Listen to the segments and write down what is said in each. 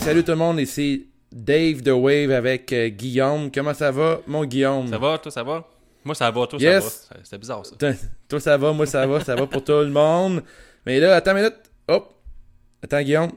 salut tout le monde, ici Dave The Wave avec Guillaume. Comment ça va, mon Guillaume? Ça va, toi ça va? Moi ça va, toi yes. ça va. C'était bizarre ça. Toi ça va, moi ça va pour tout le monde. Mais là, attends une minute. Hop! Attends, Guillaume.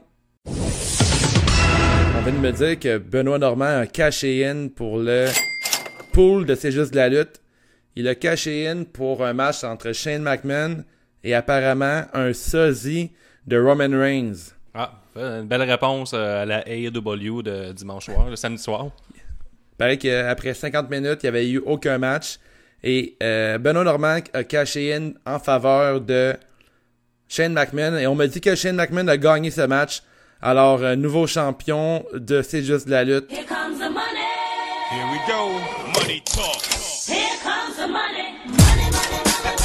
On vient de me dire que Benoît Normand a caché in pour le pool de C'est juste de la lutte. Il a caché in pour un match entre Shane McMahon et apparemment un sosie de Roman Reigns. Ah, une belle réponse à la AEW de dimanche soir, le samedi soir. Il paraît qu'après 50 minutes, il n'y avait eu aucun match. Et Benoît Normand a caché in en faveur de Shane McMahon. Et on m'a dit que Shane McMahon a gagné ce match. Alors, nouveau champion de C'est juste de la lutte. Here comes the money. Here we go. Money talk. Here comes the money. Money, money,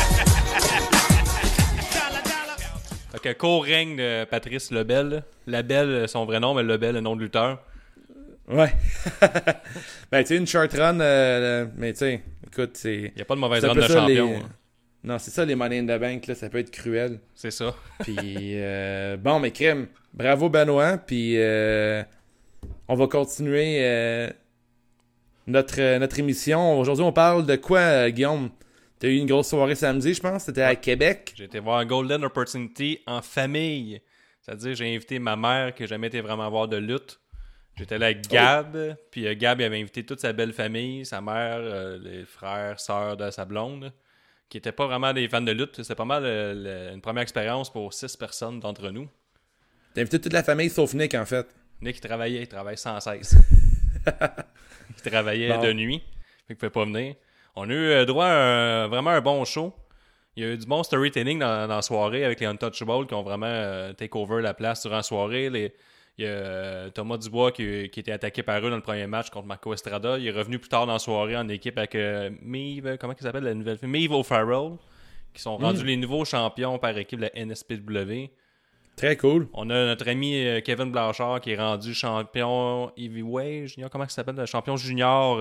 Fait que co-règne de Patrice Lebel. Lebel, son vrai nom, mais Lebel, le nom de lutteur. Ouais. Ben, tu sais, une short run, mais tu sais, écoute, c'est... Il n'y a pas de mauvaise c'est un run peu de ça, champion. Hein. Non, c'est ça, les Money in the Bank, là, ça peut être cruel. C'est ça. Puis, bon, mais crème, bravo Benoît, puis on va continuer notre émission. Aujourd'hui, on parle de quoi, Guillaume? T'as eu une grosse soirée samedi, je pense, c'était à Québec. J'ai été voir Golden Opportunity en famille. C'est-à-dire, j'ai invité ma mère qui n'a jamais été vraiment voir de lutte. J'étais là avec Gab, puis Gab il avait invité toute sa belle famille, sa mère, les frères, sœurs de sa blonde, qui n'étaient pas vraiment des fans de lutte. C'était pas mal une première expérience pour 6 personnes d'entre nous. T'as invité toute la famille sauf Nick, en fait. Nick, il travaille sans cesse. Il travaillait de nuit, fait qu'il ne pouvait pas venir. On a eu droit à vraiment un bon show. Il y a eu du bon storytelling dans la soirée avec les Untouchables qui ont vraiment take over la place durant la soirée. Il y a Thomas Dubois qui était attaqué par eux dans le premier match contre Marco Estrada. Il est revenu plus tard dans la soirée en équipe avec Maeve, comment il s'appelle la nouvelle fille? Maeve O'Farrell, qui sont rendus les nouveaux champions par équipe de la NSPW. Très cool. On a notre ami Kevin Blanchard qui est rendu champion heavyweight junior, comment il s'appelle? Le champion junior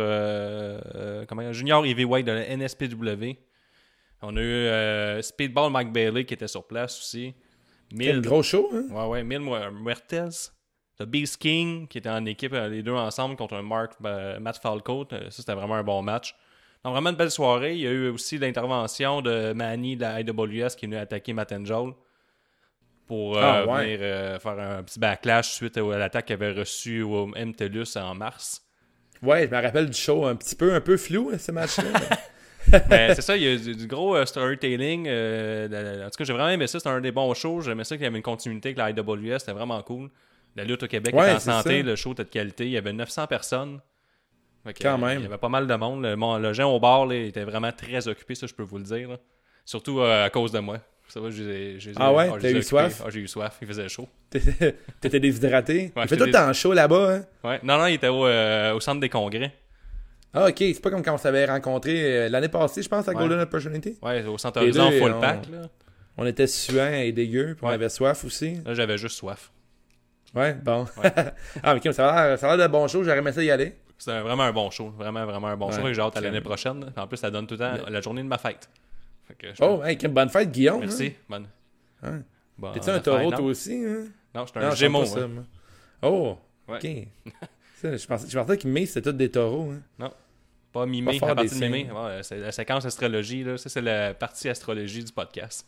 junior heavyweight de la NSPW. On a eu Speedball Mike Bailey qui était sur place aussi. Quel gros show, hein? Ouais, Mil Muertes. The Beast King qui était en équipe, les deux ensemble contre un Matt Falco. Ça, c'était vraiment un bon match. Donc, vraiment une belle soirée. Il y a eu aussi l'intervention de Manny de la IWS qui est venu attaquer Matt Angel pour venir faire un petit backlash suite à l'attaque qu'il avait reçue au MTLUS en mars. Ouais, je me rappelle du show un peu flou, ce match-là. Ben, c'est ça, il y a du gros storytelling. En tout cas, j'ai vraiment aimé ça. C'était un des bons shows. J'aimais ça qu'il y avait une continuité avec la IWS. C'était vraiment cool. La lutte au Québec était en santé. Ça. Le show était de qualité. Il y avait 900 personnes. Quand même. Il y avait pas mal de monde. Le gens au bar là, était vraiment très occupé, ça je peux vous le dire. Là. Surtout à cause de moi. Ça va, t'as eu soif? J'ai eu soif. Il faisait chaud. T'étais déshydraté? Ouais, il fait tout le temps chaud là-bas, hein? Ouais. Non, il était au centre des congrès. Ah, ok. C'est pas comme quand on s'avait rencontré l'année passée, je pense, à Golden Opportunity. Ouais, au centre Horizon full pack. Là. On était suants et dégueux, puis on avait soif aussi. Là, j'avais juste soif. Ouais, bon. Ouais. Ah, ok, ça a l'air de bon show. J'aurais aimé ça y aller. C'était vraiment un bon show. Vraiment un bon show. Et j'ai hâte à l'année prochaine. En plus, ça donne tout le temps la journée de ma fête. Quelle bonne fête, Guillaume. Merci. Hein? Bonne. Bon, t'es-tu un taureau, toi aussi? Hein? Non, j'étais un gémeau. Oh, ok. Je pensais que mai, c'était tous des taureaux. Hein? Non. Pas mi-mai, à partir de mi-mai. Ouais, c'est la séquence astrologie. Là. Ça, c'est la partie astrologie du podcast.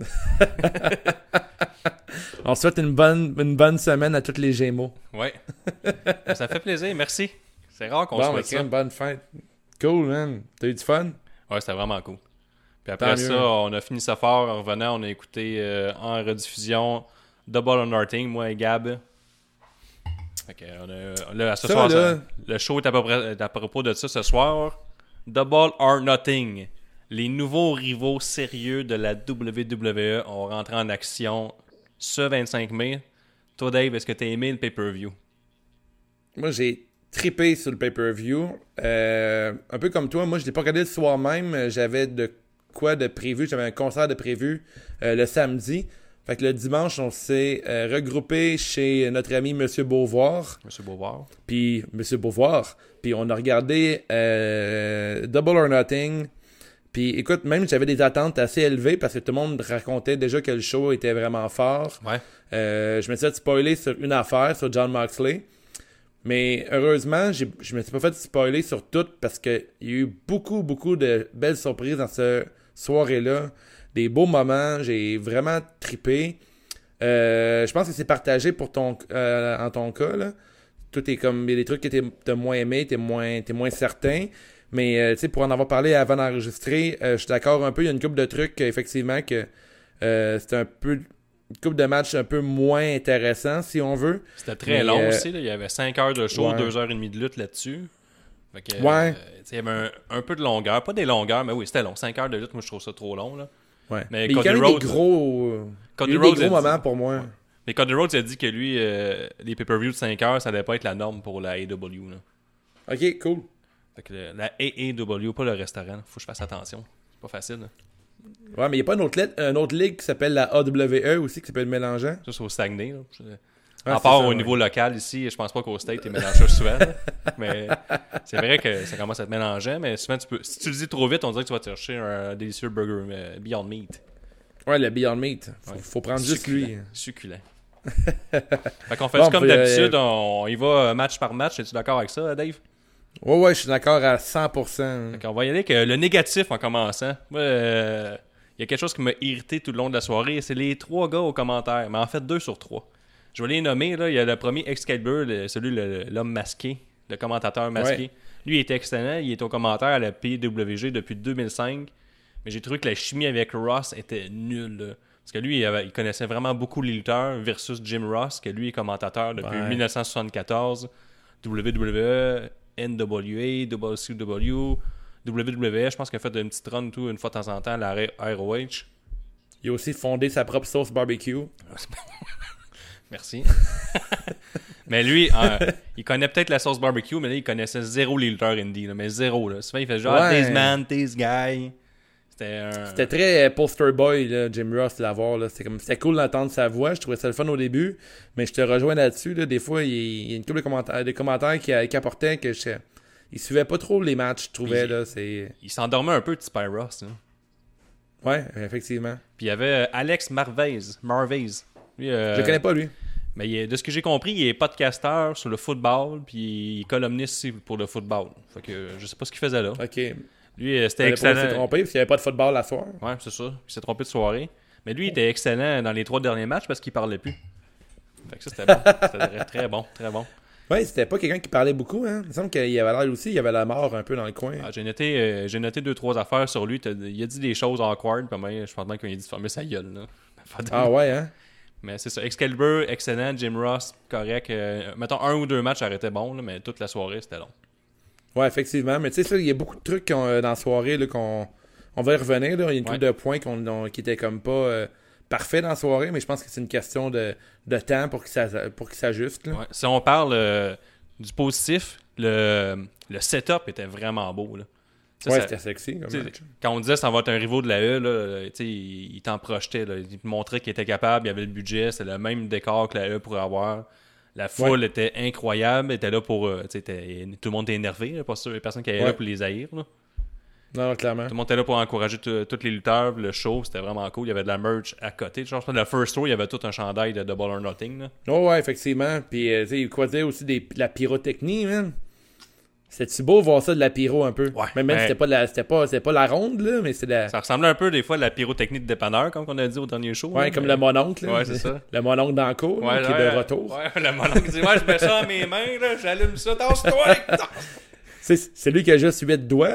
On souhaite une bonne semaine à tous les Gémeaux. Ouais. Ça fait plaisir, merci. C'est rare qu'on souhaite ça. Bonne fête. Cool, man. T'as eu du fun? Ouais, c'était vraiment cool. Puis après ça, on a fini ça fort. En revenant, on a écouté en rediffusion Double or Nothing, moi et Gab. Fait que le show est à propos de ça ce soir. Double or Nothing. Les nouveaux rivaux sérieux de la WWE ont rentré en action ce 25 mai. Toi, Dave, est-ce que tu as aimé le pay-per-view? Moi, j'ai trippé sur le pay-per-view. Un peu comme toi, moi, je l'ai pas regardé le soir même. J'avais de prévu. J'avais un concert de prévu le samedi. Fait que le dimanche, on s'est regroupé chez notre ami Monsieur Beauvoir. Puis Monsieur Beauvoir. Puis on a regardé Double or Nothing. Puis écoute, même j'avais des attentes assez élevées parce que tout le monde racontait déjà que le show était vraiment fort. Ouais. Je me suis fait spoiler sur une affaire, sur Jon Moxley. Mais heureusement, je me suis pas fait spoiler sur tout parce qu'il y a eu beaucoup, beaucoup de belles surprises dans cette soirée-là. Des beaux moments, j'ai vraiment trippé. Je pense que c'est partagé pour en ton cas, là. Tout est comme, il y a des trucs que t'as moins aimé, t'es moins certain. Mais, tu sais, pour en avoir parlé avant d'enregistrer, je suis d'accord un peu. Il y a une couple de trucs, effectivement, que c'était un peu une couple de matchs un peu moins intéressants, si on veut. C'était très long aussi. Là. Il y avait 5 heures de show, 2h30 de lutte là-dessus. Fait que, ouais. Il y avait un peu de longueur. Pas des longueurs, mais oui, c'était long. 5 heures de lutte, moi, je trouve ça trop long. Là. Ouais. Mais il y a quand même des gros moments pour moi. Ouais. Mais Cody Rhodes a dit que lui, les pay-per-views de 5 heures, ça devait pas être la norme pour la AEW. Là. Ok, cool. Fait que la AEW, pas le restaurant. Faut que je fasse attention. C'est pas facile. Là. Ouais, mais il n'y a pas une autre ligue qui s'appelle la AWE aussi, qui s'appelle mélangeant. Ça, c'est au Saguenay. Là. Ah, à part ça, au niveau local ici, je pense pas qu'au State, ils mélangent ça souvent. Mais c'est vrai que ça commence à être mélangé. Mais souvent, si tu le dis trop vite, on dirait que tu vas te chercher un délicieux burger Beyond Meat. Ouais, le Beyond Meat. Faut prendre juste lui. Succulent. Fait qu'on fait comme d'habitude, on y va match par match. Es-tu d'accord avec ça, Dave? Ouais, je suis d'accord à 100%. On va y aller avec le négatif en commençant. Moi, il y a quelque chose qui m'a irrité tout le long de la soirée. C'est les 3 gars aux commentaires. Mais en fait, 2 sur 3. Je vais les nommer. Là. Il y a le premier Excalibur, l'homme masqué, le commentateur masqué. Ouais. Lui, il était excellent. Il est au commentaire à la PWG depuis 2005. Mais j'ai trouvé que la chimie avec Ross était nulle. Là. Parce que lui, il connaissait vraiment beaucoup les lutteurs versus Jim Ross, que lui est commentateur depuis 1974. WWE, NWA, WCW, WWE, je pense qu'il a fait une petite run tout une fois de temps en temps à la ROH. Il a aussi fondé sa propre sauce barbecue. Merci. Mais lui, il connaît peut-être la sauce barbecue, mais là, il connaissait zéro les lutteurs indie. Là, mais zéro. Là. Souvent, il fait genre « This man, this guy ». C'était très poster boy, là, Jim Ross, l'avoir. C'était cool d'entendre sa voix. Je trouvais ça le fun au début. Mais je te rejoins là-dessus. Là. Des fois, il y a une couple de commentaires qui apportaient que il suivait pas trop les matchs, je trouvais. Il s'endormait un peu, de Spy Ross. Hein. Ouais, effectivement. Puis il y avait Alex Marvez. Lui, je le connais pas, lui. Mais de ce que j'ai compris, il est podcasteur sur le football. Puis il est columniste aussi pour le football. Fait que je sais pas ce qu'il faisait là. OK. Lui, c'était excellent. Il s'est trompé parce qu'il n'y avait pas de football la soirée. Ouais, c'est ça. Il s'est trompé de soirée. Mais lui, il était excellent dans les 3 derniers matchs parce qu'il parlait plus. Fait que ça, c'était bon. C'était très bon, très bon. Ouais, c'était pas quelqu'un qui parlait beaucoup, hein. Il me semble qu'il avait l'air aussi, il avait la mort un peu dans le coin. Ah, j'ai noté 2-3 affaires sur lui. Il a dit des choses awkward, puis moi, je pense bien qu'il a dit de fermer sa gueule, là. Ah ouais, hein. Mais c'est ça. Excalibur, excellent. Jim Ross, correct. Mettons 1 ou 2 matchs, ça aurait été bon, là, mais toute la soirée, c'était long. Ouais, effectivement. Mais tu sais, ça, il y a beaucoup de trucs dans la soirée là, on va y revenir. Là. Il y a une couple de points qui étaient comme pas parfaits dans la soirée, mais je pense que c'est une question de temps pour qu'ils s'ajustent. Ouais. Si on parle du positif, le setup était vraiment beau. Là. C'était sexy. Comme match. Quand on disait que ça va être un rivaux de la E, là, il t'en projetait. Là. Il montrait qu'il était capable, il avait le budget, c'est le même décor que la E pourrait avoir. La foule était incroyable, était là pour... tout le monde était énervé, là, pas sûr, personne qui était là pour les haïr. Là. Non, clairement. Tout le monde était là pour encourager tous les lutteurs. Le show, c'était vraiment cool. Il y avait de la merch à côté. Je pense que la First Row, il y avait tout un chandail de Double or Nothing. Là. Oh ouais, effectivement. Puis, il croisait aussi de la pyrotechnie, man. C'était-tu beau voir ça de la pyro un peu? Ouais. Même c'était pas la ronde, là, mais c'est la... Ça ressemblait un peu des fois à la pyrotechnie de dépanneur, comme on a dit au dernier show. Ouais, comme le mononcle. Là. Ouais, c'est ça. Le mononcle dans le cours, qui est de retour. Ouais, le mononcle dit « Ouais, je mets ça à mes mains, là, j'allume ça, tasse-toi! » C'est lui qui a juste 8 doigts.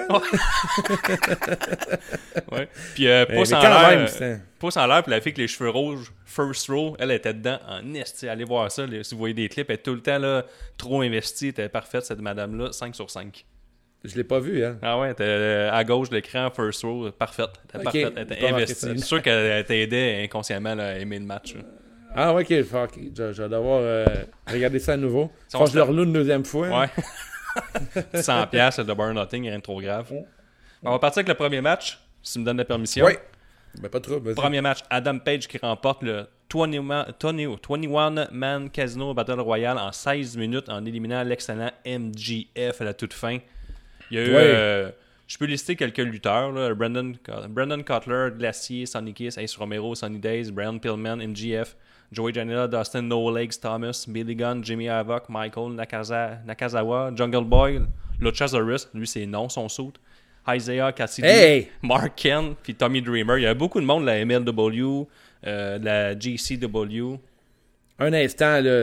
Ouais. Puis pouce en l'air, puis la fille avec les cheveux rouges, First Row, elle était dedans en esti. Allez voir ça. Si vous voyez des clips, elle est tout le temps là, trop investie. Elle était parfaite, cette madame-là. 5 sur 5. Je l'ai pas vue, hein. Ah ouais, elle était à gauche de l'écran, First Row, parfaite. Elle était parfaite, elle était investie. C'est sûr qu'elle t'aidait inconsciemment là, à aimer le match. Là. Ah ouais, ok. Fuck. Je vais devoir regarder ça à nouveau. Faut que je le reloue une deuxième fois. Ouais. 100$ de Burn Nothing, rien de trop grave. On va partir avec le premier match, si tu me donnes la permission. Oui. Ben, pas trop. Premier match, Adam Page qui remporte le 21-Man Casino Battle Royale en 16 minutes en éliminant l'excellent MJF à la toute fin. Il y a eu Je peux lister quelques lutteurs. Là. Brandon Cutler, Glacier, Sonny Kiss, Ace Romero, Sunny Days, Brian Pillman, MGF, Joey Janela, Dustin No Legs, Thomas, Billy Gunn, Jimmy Havoc, Michael Nakazawa, Jungle Boy, Luchasaurus, lui c'est non son suit, Isaiah Cassidy, Hey! Mark Kent, puis Tommy Dreamer. Il y a beaucoup de monde de la MLW, de la GCW. Un instant, là.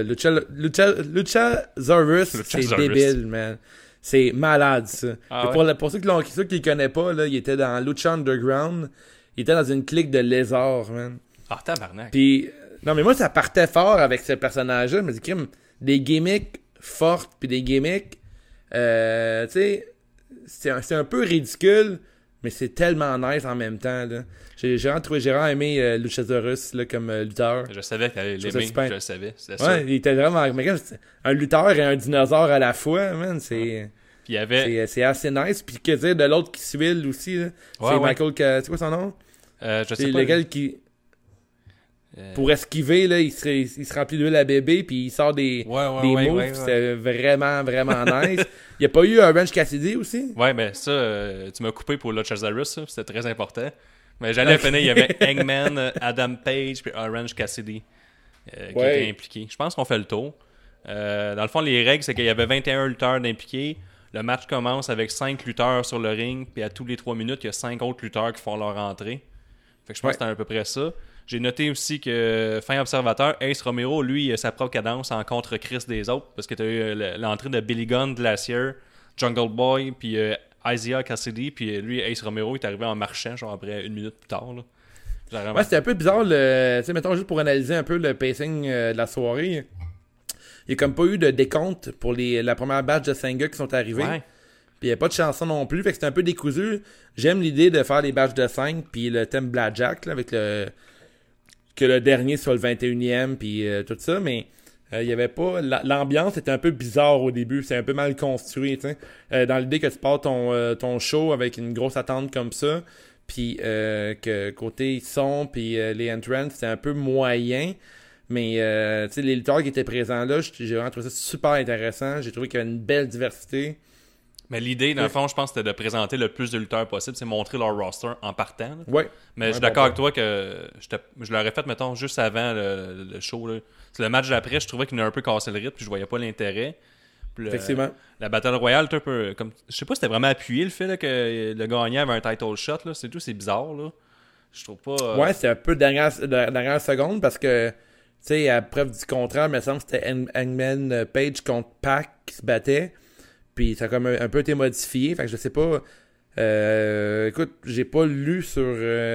Luchasaurus, c'est débile, man. C'est malade, ça. Ah Et pour ceux qui ne connaissent pas, là, il était dans Lucha Underground. Il était dans une clique de lézards, man. Ah, tabarnak. Puis, non, mais moi, ça partait fort avec ce personnage-là. Je me dis, crime, des gimmicks fortes, puis des gimmicks, tu sais, c'est un peu ridicule, mais c'est tellement nice en même temps, là. J'ai vraiment aimé Luchasaurus, là, comme lutteur. Je savais que t'allais Je trouve l'aimer, ça super. je le savais. C'était Ouais, ça. il était vraiment... Mais comme, un lutteur et un dinosaure à la fois, man, c'est... Puis il y avait... C'est assez nice. Puis que dire de l'autre qui suit aussi, là. Ouais, C'est ouais. Michael... C'est quoi son nom? je C'est sais pas. le gars qui... Pour esquiver, là, il se remplit d'huile à bébé, puis il sort des moves, puis c'était vraiment, vraiment nice. Il n'y a pas eu un Orange Cassidy aussi? Ouais, mais ça, tu m'as coupé pour Luchasaurus, ça, c'était très important. Mais j'allais finir, il y avait Hangman, Adam Page, puis Orange Cassidy qui étaient impliqués. Je pense qu'on fait le tour. Dans le fond, les règles, c'est qu'il y avait 21 lutteurs d'impliqués. Le match commence avec 5 lutteurs sur le ring, puis à tous les 3 minutes, il y a 5 autres lutteurs qui font leur entrée. Fait que je pense que c'était à peu près ça. J'ai noté aussi que, fin observateur, Ace Romero, lui, il a sa propre cadence en contre-Chris des autres, parce que tu as eu l'entrée de Billy Gunn, Glacier, Jungle Boy, puis Isaiah Cassidy, puis lui, Ace Romero, il est arrivé en marchant, genre après 1 minute plus tard. Là. Ouais, c'était un peu bizarre, tu sais, mettons, juste pour analyser un peu le pacing de la soirée. Il n'y a comme pas eu de décompte pour la première batch de 5 gars qui sont arrivés. Ouais. Puis il n'y a pas de chanson non plus, fait que c'était un peu décousu. J'aime l'idée de faire les batchs de 5, puis le thème Blackjack, là, avec que le dernier soit le 21e, puis tout ça, mais il y avait pas... L'ambiance était un peu bizarre au début, c'est un peu mal construit, tu sais. Dans l'idée que tu pars ton show avec une grosse attente comme ça, puis que côté son, puis les entrances, c'était un peu moyen, mais tu sais, les lutteurs qui étaient présents là, j'ai vraiment trouvé ça super intéressant, j'ai trouvé qu'il y avait une belle diversité. Mais l'idée, dans le fond, je pense, c'était de présenter le plus de lutteurs possible, c'est montrer leur roster en partant. Là. Ouais. Mais je suis d'accord avec toi que je l'aurais fait, mettons, juste avant le show. Là. C'est le match d'après, je trouvais qu'il a un peu cassé le rythme, puis je voyais pas l'intérêt. Puis Effectivement. La Battle Royale, un peu comme. Je sais pas si c'était vraiment appuyé le fait là, que le gagnant avait un title shot. Là. C'est tout, c'est bizarre. Là. Je trouve pas. Ouais, c'est un peu dernière seconde parce que, tu sais, à preuve du contraire, il me semble que c'était Hangman Page contre Pac qui se battait. Puis ça a comme un peu été modifié. Fait que je sais pas. Écoute, j'ai pas lu sur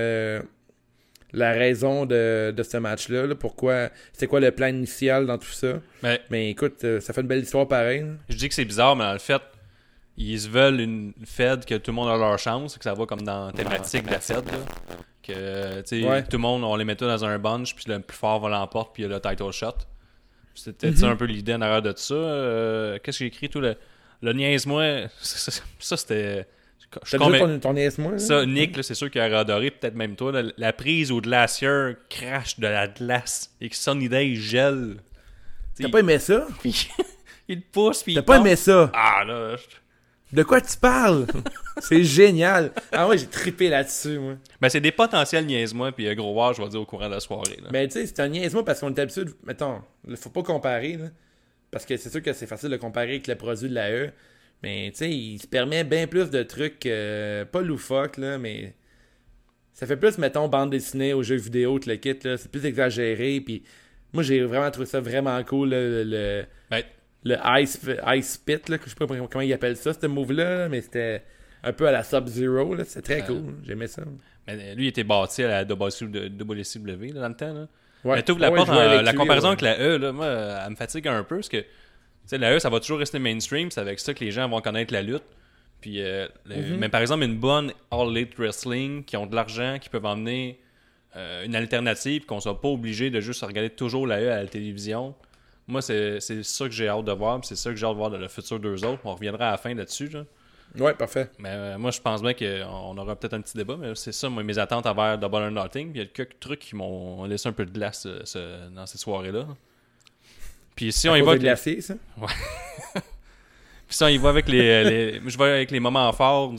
la raison de ce match-là. Là, pourquoi. C'était quoi le plan initial dans tout ça. Mais écoute, ça fait une belle histoire pareil. Je dis que c'est bizarre, mais dans le fait, ils se veulent une Fed que tout le monde a leur chance. Que ça va comme dans thématique de la Fed. Là. Que tu sais, tout le monde, on les met tous dans un bunch. Puis le plus fort va l'emporter. Puis il y a le title shot. C'était ça un peu l'idée en arrière de ça. Qu'est-ce que j'ai écrit tout le niaise-moi, ça c'était... Ton niaise-moi? Ça, Nick, là, c'est sûr qu'il aurait adoré, peut-être même toi, là, la prise où Glacier crache de la glace et que Sunny Day gèle. T'as pas aimé ça? Il te pousse, puis T'as pas aimé ça? Ah là... De quoi tu parles? C'est génial. Ah ouais, j'ai trippé là-dessus, moi. Ben c'est des potentiels niaise-moi, puis gros voir, je vais dire, au courant de la soirée. Là. Mais tu sais, c'est un niaise-moi parce qu'on est habitué... Mettons, faut pas comparer, là. Parce que c'est sûr que c'est facile de comparer avec le produit de la E. Mais tu sais, il se permet bien plus de trucs, pas loufoques, là, mais ça fait plus, mettons, bande dessinée aux jeux vidéo, tout le kit, là. C'est plus exagéré. Puis moi, j'ai vraiment trouvé ça vraiment cool, là, le Ice Pit, là, je sais pas comment ils appellent ça, ce move-là, mais c'était un peu à la Sub-Zero, là. C'était très cool. J'aimais ça. Mais lui, il était bâti à la WCW là, dans le temps, là. Ouais. Mais t'ouvres la comparaison avec la E, là, moi, elle me fatigue un peu parce que la E, ça va toujours rester mainstream, c'est avec ça que les gens vont connaître la lutte. Puis, mais par exemple, une bonne All Elite Wrestling qui ont de l'argent, qui peuvent emmener une alternative, qu'on soit pas obligé de juste regarder toujours la E à la télévision. Moi, c'est ça que j'ai hâte de voir, c'est ça que j'ai hâte de voir dans le futur d'eux autres. On reviendra à la fin là-dessus. Là. Ouais, parfait. Mais moi, je pense bien qu'on aura peut-être un petit débat, mais c'est ça, moi, mes attentes envers Double or Nothing. Puis il y a quelques trucs qui m'ont laissé un peu de glace dans cette soirée-là. Puis si on y va. Glacé, ça? Ouais. Puis ça, il va avec je vais avec les moments forts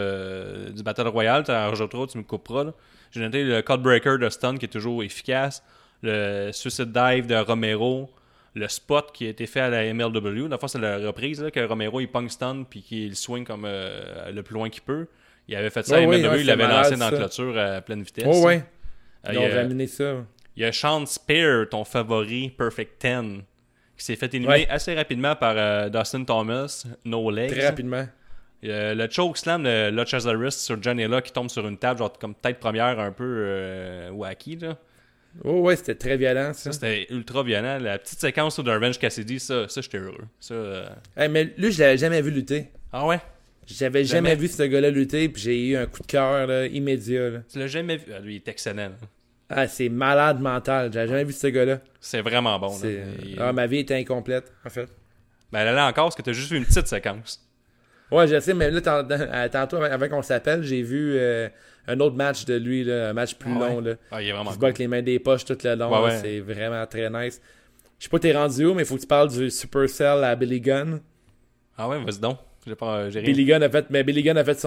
du Battle Royale. Tu en rajouteras, tu me couperas. Là. J'ai noté le Codebreaker de Stun qui est toujours efficace. Le Suicide Dive de Romero. Le spot qui a été fait à la MLW. Dans le fond, c'est la reprise là, que Romero il punk stun puis qu'il swing comme le plus loin qu'il peut. Il avait fait ça à MLW, il l'avait lancé dans la clôture à pleine vitesse. Oh ouais. Ils ont ramené ça. Il y a Sean Spear, ton favori, Perfect 10, qui s'est fait éliminer assez rapidement par Dustin Thomas, No Legs. Très rapidement. Le chokeslam de Luchasaurus sur Janela qui tombe sur une table, genre comme tête première un peu wacky, là. Oh ouais, c'était très violent, ça. C'était ultra violent. La petite séquence de Revenge Cassidy, ça j'étais heureux. Ça, Hey, mais lui, je l'avais jamais vu lutter. Ah ouais? J'avais jamais vu ce gars-là lutter, puis j'ai eu un coup de cœur là, immédiat. Là. Tu l'as jamais vu? Ah, lui, il est excellent. Là. Ah, c'est malade mental. J'avais jamais vu ce gars-là. C'est vraiment bon. Là. Ma vie était incomplète, en fait. Ben, elle allait encore parce que t'as juste vu une petite séquence. Ouais, je sais, mais là, tantôt, avant qu'on s'appelle, j'ai vu un autre match de lui, là, un match plus long. Là. Ah, il est vraiment cool. Avec les mains des poches tout le long. Ouais, là, c'est vraiment très nice. Je sais pas t'es rendu où, mais il faut que tu parles du Supercell à Billy Gunn. Ah ouais, vas-y donc. J'ai rien. Billy Gunn a fait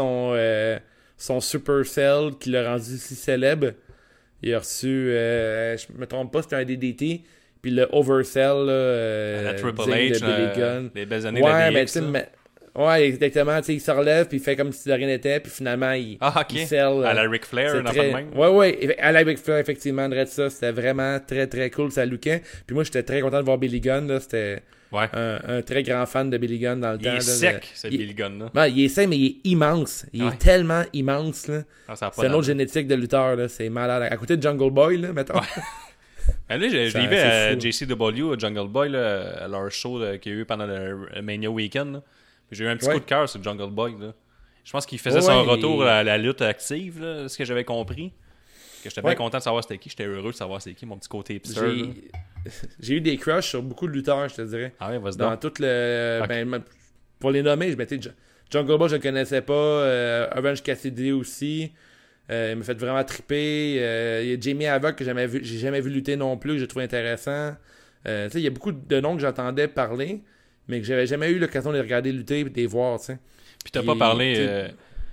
son Supercell qui l'a rendu si célèbre. Il a reçu, je me trompe pas, c'était un DDT. Puis le Oversell, la Triple H, de Billy Gunn. Les belles années de la DX, ouais, exactement. Il se relève, puis il fait comme si de rien n'était, puis finalement, il sell. À la Ric Flair, un affaire de même. Ouais, à la Ric Flair, effectivement, de ça. C'était vraiment très, très cool, ça lookait. Puis moi, j'étais très content de voir Billy Gunn, là. C'était un très grand fan de Billy Gunn dans le temps. Il est sec, c'est Billy Gunn, là. Ben, il est sec, mais il est immense. Il est tellement immense, là. C'est une autre génétique de lutteur, là. C'est malade. À côté de Jungle Boy, là, mettons. Ben là, je l'ai vu à JCW, à Jungle Boy, là, à leur show qu'il y a eu pendant le Mania Weekend. J'ai eu un petit coup de cœur sur Jungle Boy. Là. Je pense qu'il faisait son retour à la lutte active, là, ce que j'avais compris. Que j'étais bien content de savoir c'était qui. J'étais heureux de savoir c'était qui, mon petit côté hipster. J'ai eu des crushs sur beaucoup de lutteurs, je te dirais. Ah ouais, vas-y dans donc. tout le... Okay. Ben, pour les nommer, je mettais Jungle Boy, je le connaissais pas. Orange Cassidy aussi. Il m'a fait vraiment triper. Il y a Jamie Havoc que j'ai jamais vu lutter non plus, que j'ai trouvé intéressant. Il y a beaucoup de noms que j'entendais parler, mais que j'avais jamais eu l'occasion de les regarder lutter et de les voir, tu sais. Puis t'as pas parlé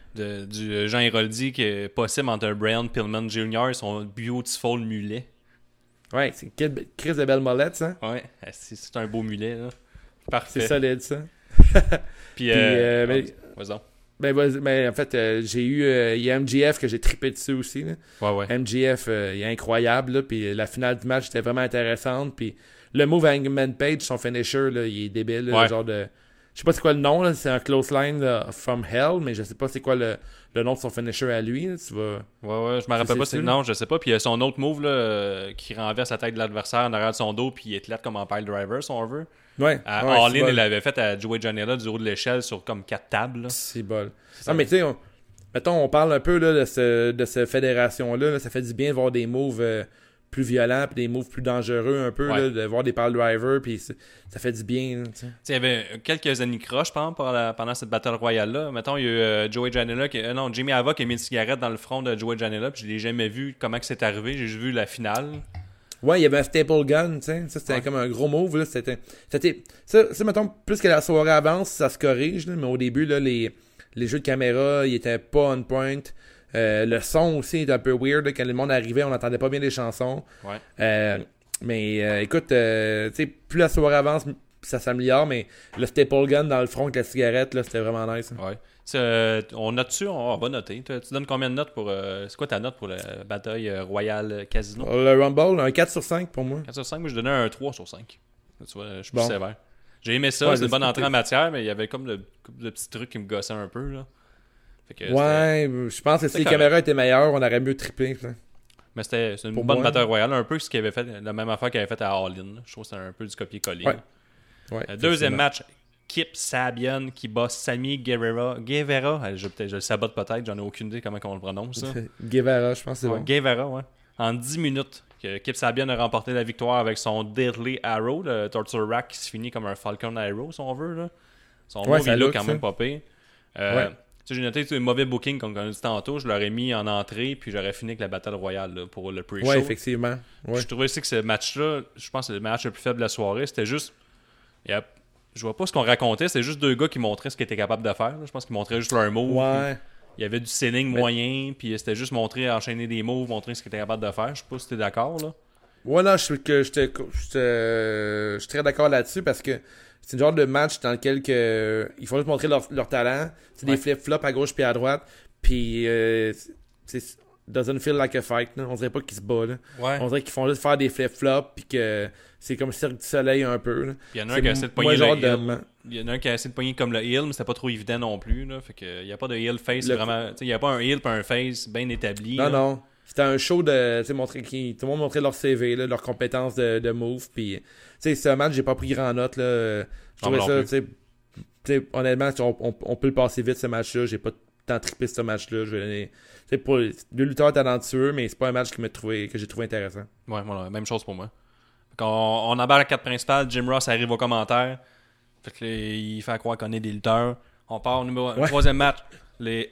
du Jean Héroldi qui est possible entre Brian Pillman Jr. et son beautiful mulet. Ouais, c'est Chris de belle molette, ça. Ouais, c'est un beau mulet, là. Parfait. C'est solide, ça. Puis, vas-y. Ben, en fait, j'ai eu... il y a MJF que j'ai trippé dessus aussi, là. Ouais. MJF, il est incroyable, là. Puis la finale du match était vraiment intéressante. Puis le move Hangman Page, son finisher, là, il est débile. Là, genre de... Je sais pas c'est quoi le nom, là. C'est un close line là, from hell, mais je sais pas c'est quoi le nom de son finisher à lui. Là. Tu vas... Ouais, je me rappelle pas c'est le nom, je sais pas. Puis il y a son autre move là, qui renverse la tête de l'adversaire en arrière de son dos, puis il éclate comme en pile driver, si on veut. Ouais. All-in, il l'avait fait à Joey Janela du haut de l'échelle sur comme 4 tables. Là. C'est bol. Non, mais tu sais, mettons, on parle un peu là, de cette fédération-là. Là, ça fait du bien de voir des moves plus violents, puis des moves plus dangereux un peu, là, de voir des pile drivers, puis ça fait du bien. Il y avait quelques anicroches, pendant cette Battle Royale-là. Mettons, il y a eu Joey Janela, Jimmy Havoc qui a mis une cigarette dans le front de Joey Janela, puis je l'ai jamais vu comment que c'est arrivé. J'ai juste vu la finale. Ouais, il y avait un staple gun, tu sais. Ça, c'était comme un gros move, là. Ça, mettons, plus que la soirée avance, ça se corrige, là, mais au début, là, les jeux de caméra, ils étaient pas on point. Le son aussi était un peu weird, là. Quand le monde arrivait, on n'entendait pas bien les chansons. Mais écoute, tu sais, plus la soirée avance, ça s'améliore, mais le staple gun dans le front avec la cigarette, là, c'était vraiment nice. Ouais. On note dessus, on va noter. Tu donnes combien de notes pour... c'est quoi ta note pour la bataille Royale Casino? Le Rumble, un 4 sur 5 pour moi. 4 sur 5, moi je donnais un 3 sur 5. Tu vois, je suis plus sévère. J'ai aimé ça, c'est une bonne entrée en matière, mais il y avait comme le petit truc qui me gossait un peu. Là. Fait que je pense que si les caméras étaient meilleures, on aurait mieux trippé. Mais c'est une bonne bataille royale, un peu ce qu'il avait fait, la même affaire qu'il avait fait à All-In. Je trouve que c'était un peu du copier-coller. Deuxième match, Kip Sabian qui bat Sammy Guevara. Je le sabote peut-être, j'en ai aucune idée comment on le prononce. Guevara, je pense que c'est bon. Guevara, ouais. En 10 minutes, Kip Sabian a remporté la victoire avec son Deadly Arrow, le Torture Rack qui se finit comme un Falcon Arrow, si on veut. Là. Son move, il look quand même pas pire. J'ai noté le mauvais booking, comme on a dit tantôt. Je l'aurais mis en entrée, puis j'aurais fini avec la Battle Royale là, pour le pre-show. Ouais, effectivement. Ouais. Je trouvais aussi que ce match-là, je pense que c'est le match le plus faible de la soirée. C'était juste... Je vois pas ce qu'on racontait, c'était juste deux gars qui montraient ce qu'ils étaient capables de faire. Là. Je pense qu'ils montraient juste leur move. Ouais. Il y avait du selling moyen, puis c'était juste montrer, enchaîner des moves, montrer ce qu'ils étaient capables de faire. Je sais pas si t'es d'accord, là. Ouais, non, je suis très d'accord là-dessus parce que c'est le genre de match dans lequel ils font juste montrer leur talent. C'est des flip-flops à gauche puis à droite. Puis, c'est doesn't feel like a fight. Là. On dirait pas qu'ils se battent. Là. Ouais. On dirait qu'ils font juste faire des flip-flops puis que c'est comme Cirque du Soleil un peu. Là. Puis il y en a un qui a essayé de pogner genre le heel. Il y en a un qui a essayé de pogner comme le heel, mais c'était pas trop évident non plus. Là. Fait que, il y a pas de heel face vraiment. Il y a pas un heel et un face bien établi. Non, là. non. C'était un show de montrer tout le monde montrait leur CV, là, leurs compétences de move. Puis, c'est un match, j'ai pas pris grand note. Là. Je trouvais ça, honnêtement, on peut le passer vite ce match-là. J'ai pas tant trippé ce match-là. Je vais donner. Pour deux lutteurs talentueux, mais c'est pas un match que j'ai trouvé intéressant. Ouais, voilà, même chose pour moi. Quand on embarque la carte principale, Jim Ross arrive au commentaire. Fait que il fait croire qu'on est des lutteurs. On part au troisième match. Les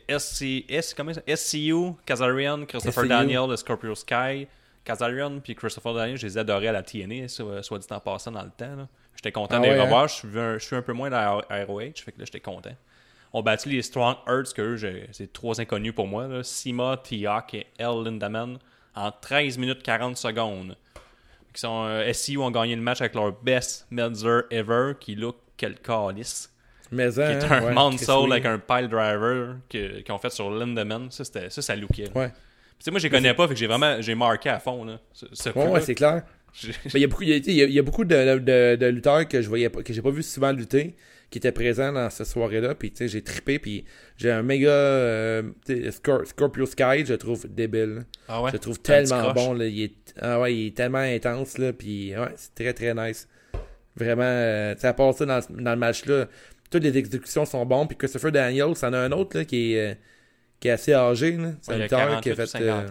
SCU, Kazarian, Christopher SCU. Daniel, le Scorpio Sky. Kazarian puis Christopher Daniel, je les adorais à la TNA, soit dit en passant dans le temps. Là. J'étais content de les revoir. Je suis un peu moins dans ROH, fait que là, j'étais content. On battit les Strong Hearts, que eux, c'est trois inconnus pour moi. Là. Sima, T-Hawk et L. Lindaman en 13 minutes 40 secondes. Qui sont, SCU ont gagné le match avec leur best Meltzer ever, qui look quel calice. Mais Qui est un Mounsault avec un pile driver qu'ils ont fait sur Lindemann. Ça lookait. Ouais. Puis, moi, je les connais pas, fait que j'ai marqué à fond. Là, ouais, c'est clair. Il y a beaucoup de lutteurs que j'ai pas vu souvent lutter qui étaient présents dans cette soirée-là. Puis j'ai trippé. Puis j'ai un méga Scorpio Sky, je le trouve débile. Ah ouais? Je le trouve tellement bon. Là. Il est tellement intense. Là, puis ouais, c'est très très nice. Vraiment, à part ça dans le match-là, toutes les exécutions sont bonnes. Puis Christopher Daniels, c'en a un autre là, qui est assez âgé. Là. C'est un lutteur qui a fait. 50 ans,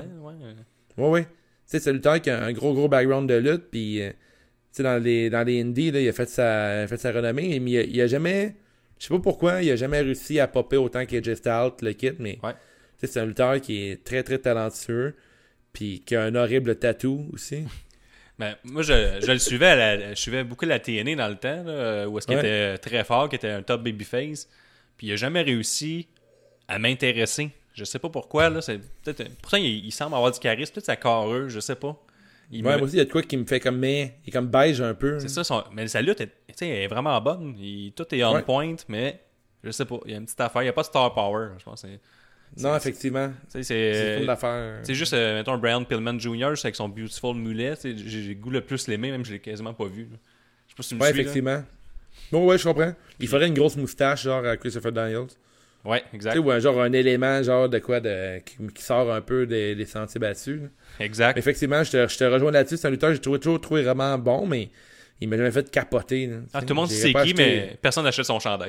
ouais. C'est un lutteur qui a un gros background de lutte. Puis dans les indies, là, il a fait sa renommée. Mais il a jamais. Je sais pas pourquoi, il a jamais réussi à popper autant qu'AJ Styles, le kit. Mais c'est un lutteur qui est très très talentueux. Puis qui a un horrible tatou aussi. Ben, moi, je le suivais. Je suivais beaucoup la TNA dans le temps, là, où est-ce qu'il était très fort, qui était un top babyface. Puis il a jamais réussi à m'intéresser. Je sais pas pourquoi. Là, pourtant, il semble avoir du charisme. Peut-être sa carrure, je sais pas. Moi aussi, il y a de quoi qui me fait comme... Mais il est comme beige un peu. C'est ça. Mais sa lutte, est vraiment bonne. Tout est on point, mais je sais pas. Il y a une petite affaire. Il n'y a pas de star power, je pense. Non, effectivement. C'est une affaire. C'est juste, mettons, Brian Pillman Jr., c'est avec son Beautiful Mulet. J'ai goût le plus l'aimer, même je l'ai quasiment pas vu. Là. Je sais pas si tu me suis. Effectivement. Bon, ouais, je comprends. Il faudrait une grosse moustache, genre à Christopher Daniels. Ouais, exact. Tu sais, ou genre un élément, genre de quoi, qui sort un peu des sentiers battus. Là. Exact. Mais effectivement, je te rejoins là-dessus. C'est un lutteur que j'ai toujours trouvé vraiment bon, mais il m'a jamais fait capoter. Là, tout le monde sait qui, mais personne n'achète son chandail.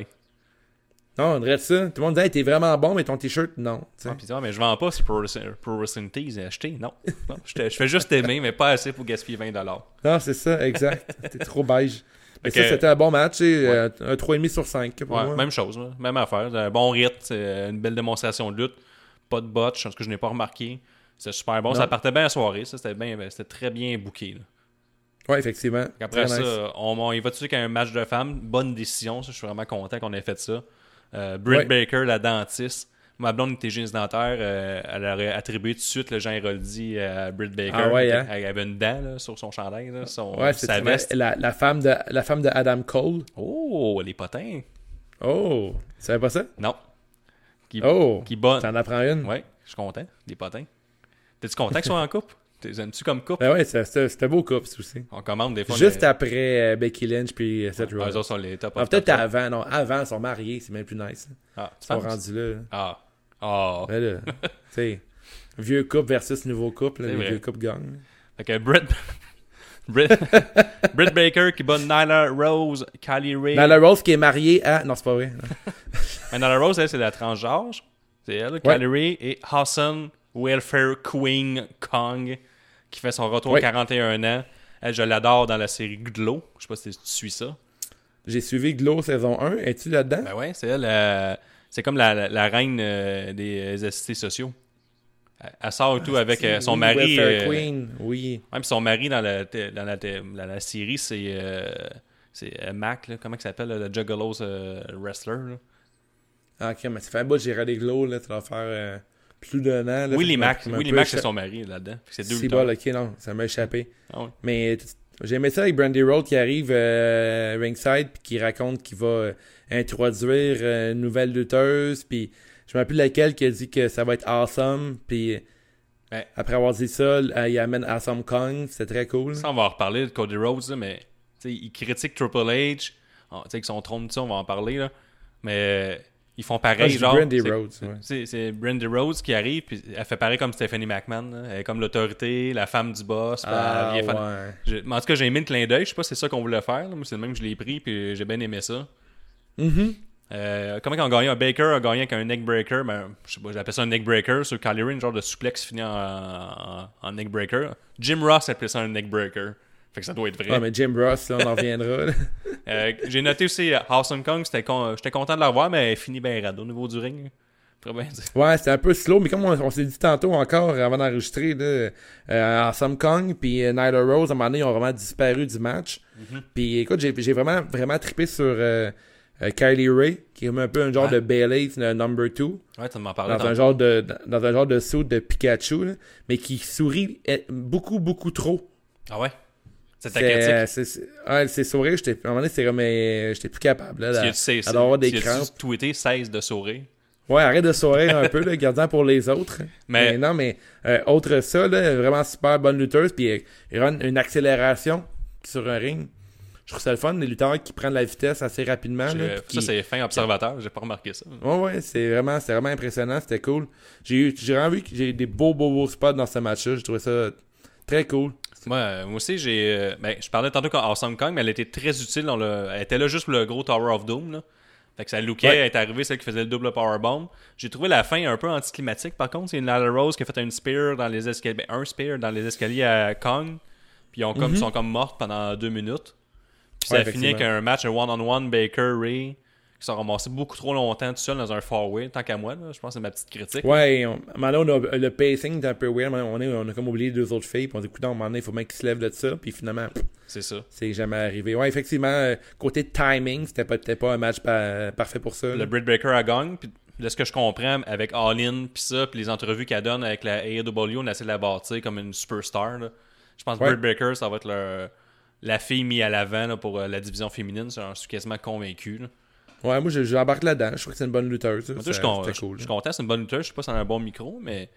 Non, on dirait ça. Tout le monde dit, hey, t'es vraiment bon, mais ton t-shirt, non. Puis mais je vends pas sur Pro Wrestling Tees et acheter. Non. Je fais juste aimer, mais pas assez pour gaspiller $20. Non, c'est ça, exact. T'es trop beige. Mais ça, c'était un bon match. Un 3,5 sur 5 pour moi. Même chose. Là. Même affaire. Un bon rythme, une belle démonstration de lutte. Pas de botch, ce que je n'ai pas remarqué. C'était super bon. Non. Ça partait bien la soirée. C'était très bien booké. Là. Ouais, effectivement. Après ça, on y va tout de suite avec un match de femmes. Bonne décision. Ça, je suis vraiment content qu'on ait fait ça. Britt Baker, la dentiste. Ma blonde était hygiéniste dentaire. Elle aurait attribué tout de suite le Jean Héroldi à Britt Baker. Ah ouais, hein? Elle avait une dent là, sur son chandail. Là, sa veste. La femme de Adam Cole. Oh, les potins. Oh, tu savais pas ça? Non. Qui t'en apprends une? Ouais, je suis content. Les potins. T'es-tu content qu'ils soient en couple? T'aimes-tu comme couple? Ben ouais, c'était beau couple aussi. On commande des fois. Juste après Becky Lynch puis Seth Rollins. Eux autres sont les top. Peut-être avant. Non, avant, ils sont mariés. C'est même plus nice. Ah, ils sont rendus là. Ah. Oh. Ben là, tu sais, vieux couple versus nouveau couple. Là, les vieux couples gagnent. Fait que Britt Baker qui bat Nyla Rose, Kylie Ray. Nyla Rose qui est mariée à... Non, c'est pas vrai. Mais Nyla Rose, elle, c'est la transgenre. C'est elle, Kylie Ray et Hassan Welfare Queen Kong qui fait son retour à 41 ans. Elle, je l'adore dans la série Glow. Je sais pas si tu suis ça. J'ai suivi Glow saison 1. Es-tu là-dedans? Ben ouais, c'est elle. C'est comme la reine des assistés sociaux. Elle sort tout avec son mari. Queen, oui. Même son mari dans la série, c'est C'est Mac, là, comment il s'appelle, le Juggalos wrestler. Là. Ah, ok, mais ça fait un bout que j'ai regardé Glow, là, ça doit faire plus d'un an. Là, Willie Mac, c'est son mari là-dedans. C'est 2 C'est bon, ok, non, ça m'a échappé. Ah ouais. Mais j'ai aimé ça avec Brandy Road qui arrive ringside puis qui raconte qu'il va introduire une nouvelle lutteuse, puis je me rappelle laquelle qui a dit que ça va être awesome, puis après avoir dit ça, il amène Awesome Kong, c'était très cool. Ça, on va en reparler de Cody Rhodes, là, mais il critique Triple H, avec son trône, on va en parler, là, mais ils font pareil, genre. Brandy Rhodes, ouais. C'est Brandy Rhodes qui arrive, puis elle fait pareil comme Stephanie McMahon, là. Elle est comme l'autorité, la femme du boss. Ah, ouais. En tout cas, j'ai aimé le clin d'œil, je sais pas si c'est ça qu'on voulait faire, là. Moi c'est le même que je l'ai pris, puis j'ai bien aimé ça. Comment on a gagné? Un Baker a gagné avec un neckbreaker, ben, je sais pas, j'appelle ça un neckbreaker sur Kylie Ray, une genre de suplex fini en neckbreaker. Jim Ross appelait ça un neckbreaker. Fait que ça doit être vrai. Ouais, mais Jim Ross, là, on en reviendra. J'ai noté aussi Awesome Kong, j'étais content de la revoir, mais elle finit bien rade au niveau du ring. Bien dire. Ouais, c'était un peu slow, mais comme on s'est dit tantôt encore avant d'enregistrer, Awesome Kong puis Nyla Rose, à un moment donné, ils ont vraiment disparu du match. Puis écoute, j'ai vraiment trippé sur Kylie Ray, qui est un peu un genre de Bayley number 2. Ouais, tu m'en parlais. Dans un genre de suit de Pikachu, là, mais qui sourit beaucoup, beaucoup trop. Ah ouais? C'est ta critique? C'est sourire, à un moment donné, c'est comme j'étais plus capable là, d'avoir des crampes. Tu tweeté 16 de sourire. Ouais, arrête de sourire un peu, là, gardant pour les autres. Mais non, mais autre ça, là, vraiment super bonne lutteuse, puis il y a une accélération sur un ring. Je trouve ça le fun, les lutteurs qui prennent la vitesse assez rapidement. Là, ça, c'est fin observateur, j'ai pas remarqué ça. Ouais, c'était vraiment impressionnant, c'était cool. J'ai vraiment vu que j'ai des beaux spots dans ce match-là, j'ai trouvé ça très cool. Moi aussi, je parlais tantôt quand Awesome Kong, mais elle était très utile. Elle était là juste pour le gros Tower of Doom. Là. Fait que ça lookait, elle est arrivée, celle qui faisait le double powerbomb. J'ai trouvé la fin un peu anticlimatique. Par contre, c'est Nyla Rose qui a fait un spear dans les escaliers. Un spear dans les escaliers à Kong. Puis ils sont comme mortes pendant 2 minutes. Puis ça a fini avec un match, un one-on-one Baker-Ray, qui sont ramassés beaucoup trop longtemps tout seul dans un four-way, tant qu'à moi, là, je pense que c'est ma petite critique. Ouais, le pacing est un peu weird, on a comme oublié 2 autres filles, puis on dit, écoute, à un moment donné, il faut bien qu'ils se lèvent de ça, puis finalement, c'est ça. C'est jamais arrivé. Ouais, effectivement, côté timing, c'était peut-être pas un match parfait pour ça. Le Britt Baker a gagné, puis de ce que je comprends, avec All-In, puis ça, puis les entrevues qu'elle donne avec la AEW, on essaie de la bâtir comme une superstar, là. Je pense que Britt Baker, ça va être la fille mise à l'avant là, pour la division féminine. J'en suis quasiment convaincu. Là. Ouais, moi j'embarque là-dedans. Je trouve que c'est une bonne lutteuse. Je suis content, c'est une bonne lutteuse. Je sais pas si c'est un bon micro, mais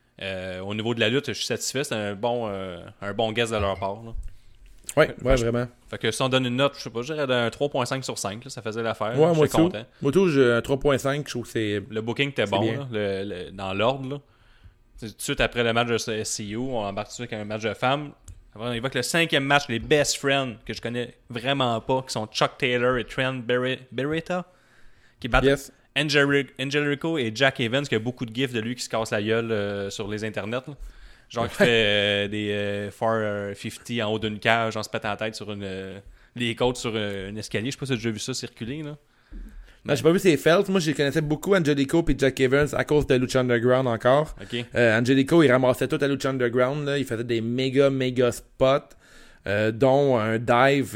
au niveau de la lutte, je suis satisfait. C'est un bon guest de leur part. Là. Ouais, vraiment. Fait que si on donne une note, je sais pas, je dirais un 3.5 sur 5. Là, ça faisait l'affaire. Ouais, moi suis content. Moi tout, j'ai un 3.5. Je trouve que c'est. Le booking était bon, là, dans l'ordre. Là. Tout de suite après le match de SCU, on embarque tout de suite avec un match de femmes. Après, on évoque le 5e match, les best friends que je connais vraiment pas, qui sont Chuck Taylor et Trent Beretta, qui battent Angelico et Jack Evans, qui a beaucoup de gifs de lui qui se casse la gueule sur les internets. Là. Genre qui fait des 450 en haut d'une cage, en se pète en tête sur les côtes sur un escalier. Je sais pas si tu as déjà vu ça circuler. Là. Non, j'ai pas vu ces felt. Moi, je connaissais beaucoup Angelico et Jack Evans à cause de Lucha Underground encore. Okay. Angelico, il ramassait tout à Lucha Underground. Là. Il faisait des méga spots, dont un dive,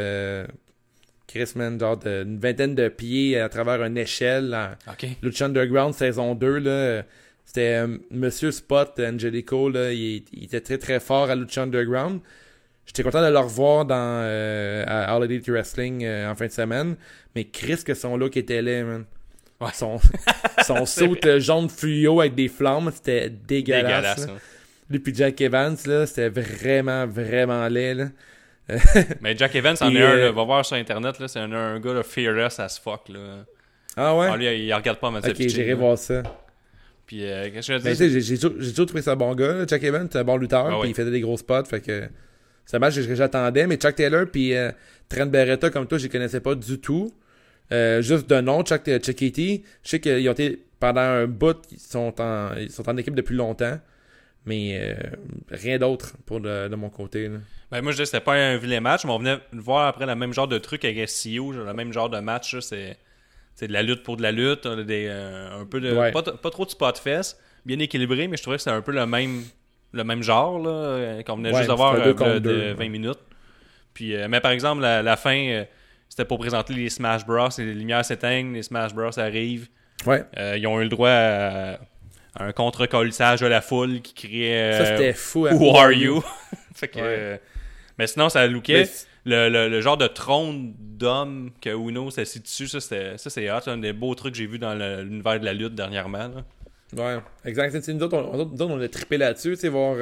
Chris, man, genre d'une vingtaine de pieds à travers une échelle. Lucha Underground saison 2, là. C'était Monsieur Spot, Angelico, là. Il était très très fort à Lucha Underground. J'étais content de le revoir à All Elite Wrestling en fin de semaine. Mais Chris, que son look était laid, man. Ouais. Son saut jaune fluo avec des flammes, c'était dégueulasse. Lui puis Jack Evans, là, c'était vraiment, vraiment laid, là. Mais Jack Evans, en est un, là, va voir sur Internet, là, c'est un gars là, fearless as fuck, là. Ah ouais? Lui, il regarde pas mal. Ok, j'irai voir ça. Puis, qu'est-ce que je veux dire? J'ai toujours trouvé ça bon gars, là. Jack Evans, c'est un bon lutteur, puis il faisait des gros spots, fait que... C'est un match que j'attendais, mais Chuck Taylor puis Trent Beretta, comme toi, je les connaissais pas du tout. Juste de nom, Chuck Kitty. Je sais qu'ils ont été, pendant un bout, ils sont en équipe depuis longtemps, mais rien d'autre de mon côté. Là. Ben moi, je disais c'était pas un vilain match, mais on venait voir après le même genre de truc avec SCU, le même genre de match, là, c'est de la lutte pour de la lutte, un peu de pas trop de spot fest, bien équilibré, mais je trouvais que c'était un peu le même genre là, qu'on venait juste d'avoir de 20 minutes. Puis, mais par exemple, la fin, c'était pour présenter les Smash Bros. Les lumières s'éteignent, les Smash Bros. Arrivent. Ouais. Ils ont eu le droit à un contre-colissage de la foule qui criait Ça, c'était fou. Hein? Who are you? Fait que, Ouais. mais sinon, ça lookait. Mais Le genre de trône d'homme que Uno s'est assis dessus, ça c'est hot. C'est un des beaux trucs que j'ai vu dans l'univers de la lutte dernièrement. Là. Ouais, exact. Nous autres, on a trippé là-dessus, tu sais, voir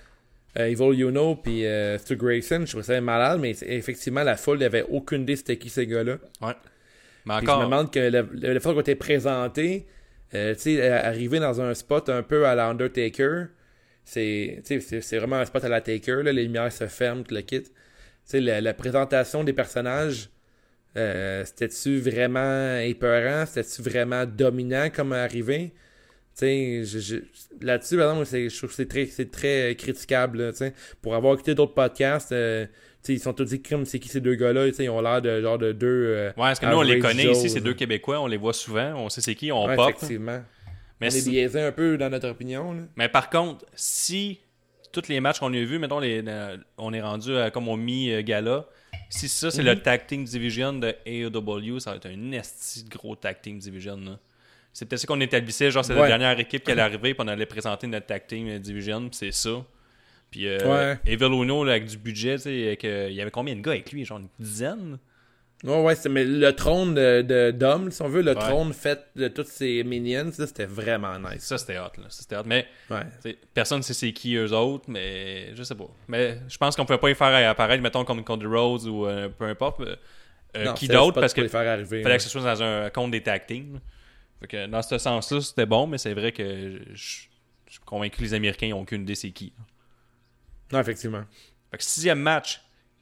Evil Uno puis Stu Grayson. Je trouvais ça malade, mais effectivement, la foule n'avait aucune idée c'était qui ces gars-là. Ouais. Mais Puis encore. je me demande que le fait qu'on était présenté, tu sais, arriver dans un spot un peu à la Undertaker, c'est vraiment un spot à la Taker, là, les lumières se ferment, tout le kit. Tu sais, la présentation des personnages, c'était-tu vraiment épeurant? C'était-tu vraiment dominant comme arrivé? Tu sais, là-dessus, par exemple, je trouve que c'est très critiquable. Là, tu sais. Pour avoir écouté d'autres podcasts, tu sais, ils sont tous dit comme c'est qui ces deux gars-là, tu sais, ils ont l'air de genre de deux. Ouais, parce que nous, on les connaît Joes, ici, ces deux Québécois, on les voit souvent, on sait c'est qui, on ouais, pop. effectivement. Mais On est biaisé un peu dans notre opinion. Là. Mais par contre, si tous les matchs qu'on a vus, mettons, on est rendu comme au mi-gala, si ça, c'est le Tag Team Division de AEW, ça va être un esti de gros Tag Team Division. Là. C'est peut-être ça qu'on établissait, genre c'est la dernière équipe qui allait arriver, puis on allait présenter notre Tag Team Division, puis c'est ça. Puis Evil Uno, là, avec du budget, tu sais, il y avait combien de gars avec lui? Genre une dizaine? Ouais, mais le trône d'homme, si on veut, le trône fait de tous ces minions, ça, c'était vraiment nice. Ça, c'était hot, là. Ça, c'était hot. Mais ouais. personne ne sait c'est qui eux autres, mais je sais pas. Mais je pense qu'on pouvait pas y faire apparaître, mettons, comme Cody Rhodes ou peu importe. Non, qui d'autre, parce que les faire arriver, fallait que ce soit dans un compte des tag teams. Fait que dans ce sens-là, c'était bon, mais c'est vrai que je suis convaincu que les Américains n'ont aucune idée c'est qui. Non, effectivement. Fait que 6e match.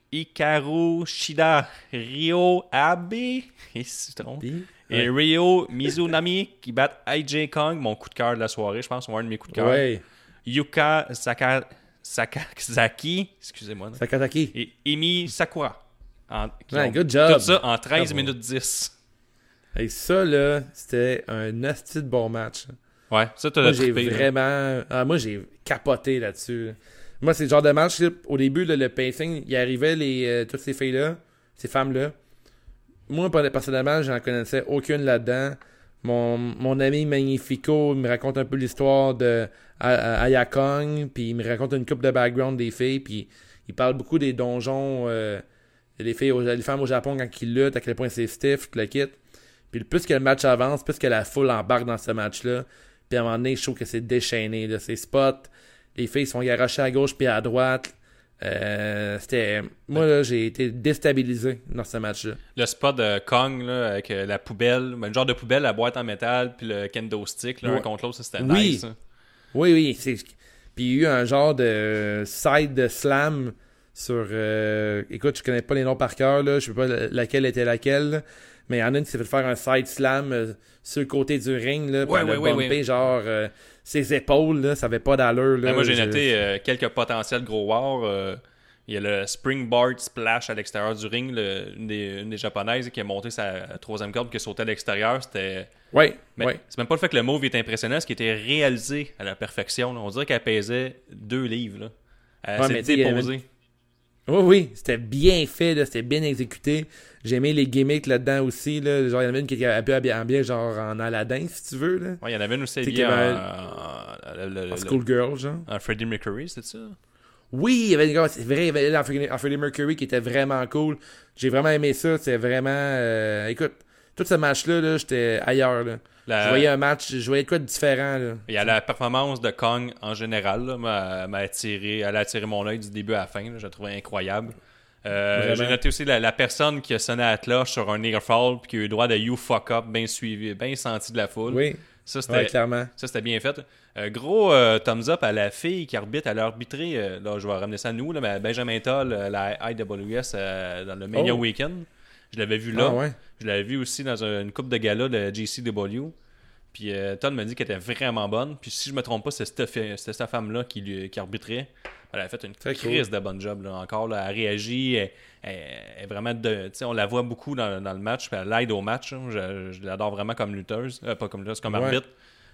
Hikaru Shida, Ryo Abe et Ryo Mizunami qui battent AJ Kong, mon coup de cœur de la soirée, je pense, un de mes coups de cœur. Ouais. Yuka Sakazaki, excusez-moi. Sakazaki. Et Emi Sakura. Good job. Tout ça en 13 minutes 10. Et ça, là, c'était un hostie de bon match. Ouais, ça, t'as Moi, trippé, j'ai vraiment... moi, j'ai capoté là-dessus. Là. Moi, c'est le genre de match, là, au début, là, le pacing, il arrivait toutes ces filles-là, ces femmes-là. Moi, personnellement, j'en connaissais aucune là-dedans. Mon ami Magnifico, il me raconte un peu l'histoire de Aya Kong, puis il me raconte une couple de background des filles, puis il parle beaucoup des donjons, les femmes au Japon quand ils luttent, à quel point c'est stiff, tout le kit. Puis plus que le match avance, plus que la foule embarque dans ce match-là. Puis à un moment donné, je trouve que c'est déchaîné, là, ces spots. Les filles se font garocher à gauche puis à droite. Moi, là, j'ai été déstabilisé dans ce match-là. Le spot de Kong, là, avec la poubelle, le genre de poubelle, la boîte en métal, puis le kendo stick, là, un contre l'autre, ça, c'était nice. Hein. Oui. Puis il y a eu un genre de side slam sur... écoute, je connais pas les noms par cœur, là. Je sais pas laquelle était laquelle, là. Mais il y en a une qui s'est fait faire un side slam sur le côté du ring, là, pour le bumper, genre ses épaules, là, ça avait pas d'allure. Là, moi, j'ai noté quelques potentiels gros war. Il y a le springboard splash à l'extérieur du ring, une des japonaises qui a monté sa troisième corde qui a sauté à l'extérieur. C'était... C'est même pas le fait que le move est impressionnant, ce qui était réalisé à la perfection. Là. On dirait qu'elle pesait 2 livres. Là. Elle s'est déposée. Oui, c'était bien fait, là, c'était bien exécuté. J'ai aimé les gimmicks là-dedans aussi. Là. Genre, il y en avait une qui était un peu habillée genre en Aladdin, si tu veux. Là. Ouais, il y en avait une aussi habillée en Schoolgirl, genre. En Freddie Mercury, c'est ça? Oui, il y avait, c'est vrai, il y avait en Freddie Mercury qui était vraiment cool. J'ai vraiment aimé ça. C'était vraiment... écoute, tout ce match-là, là, j'étais ailleurs. Là. Je voyais un match, je voyais quoi de différent. Là. Il y a la performance de Kong en général. Là, elle a attiré mon œil du début à la fin. Là, je la trouvais incroyable. J'ai noté aussi la personne qui a sonné à la cloche sur un near fall puis qui a eu le droit de you fuck up, bien suivi, bien senti de la foule. Oui, ça, c'était, clairement. Ça, c'était bien fait. Gros thumbs up à la fille qui arbitre. Elle a arbitré, là, je vais ramener ça à nous, là, mais Benjamin Toll, la IWS, dans le Mania Weekend. Je l'avais vu là. Je l'avais vu aussi dans une coupe de gala de JCW. Puis Todd m'a dit qu'elle était vraiment bonne. Puis si je me trompe pas, c'était cette femme-là qui arbitrait. Elle a fait une crise de bonne job. Là. Encore, là, elle réagit. Elle est vraiment on la voit beaucoup dans le match. Puis elle aide au match. Hein. Je l'adore vraiment comme lutteuse. Pas comme lutteuse, comme arbitre.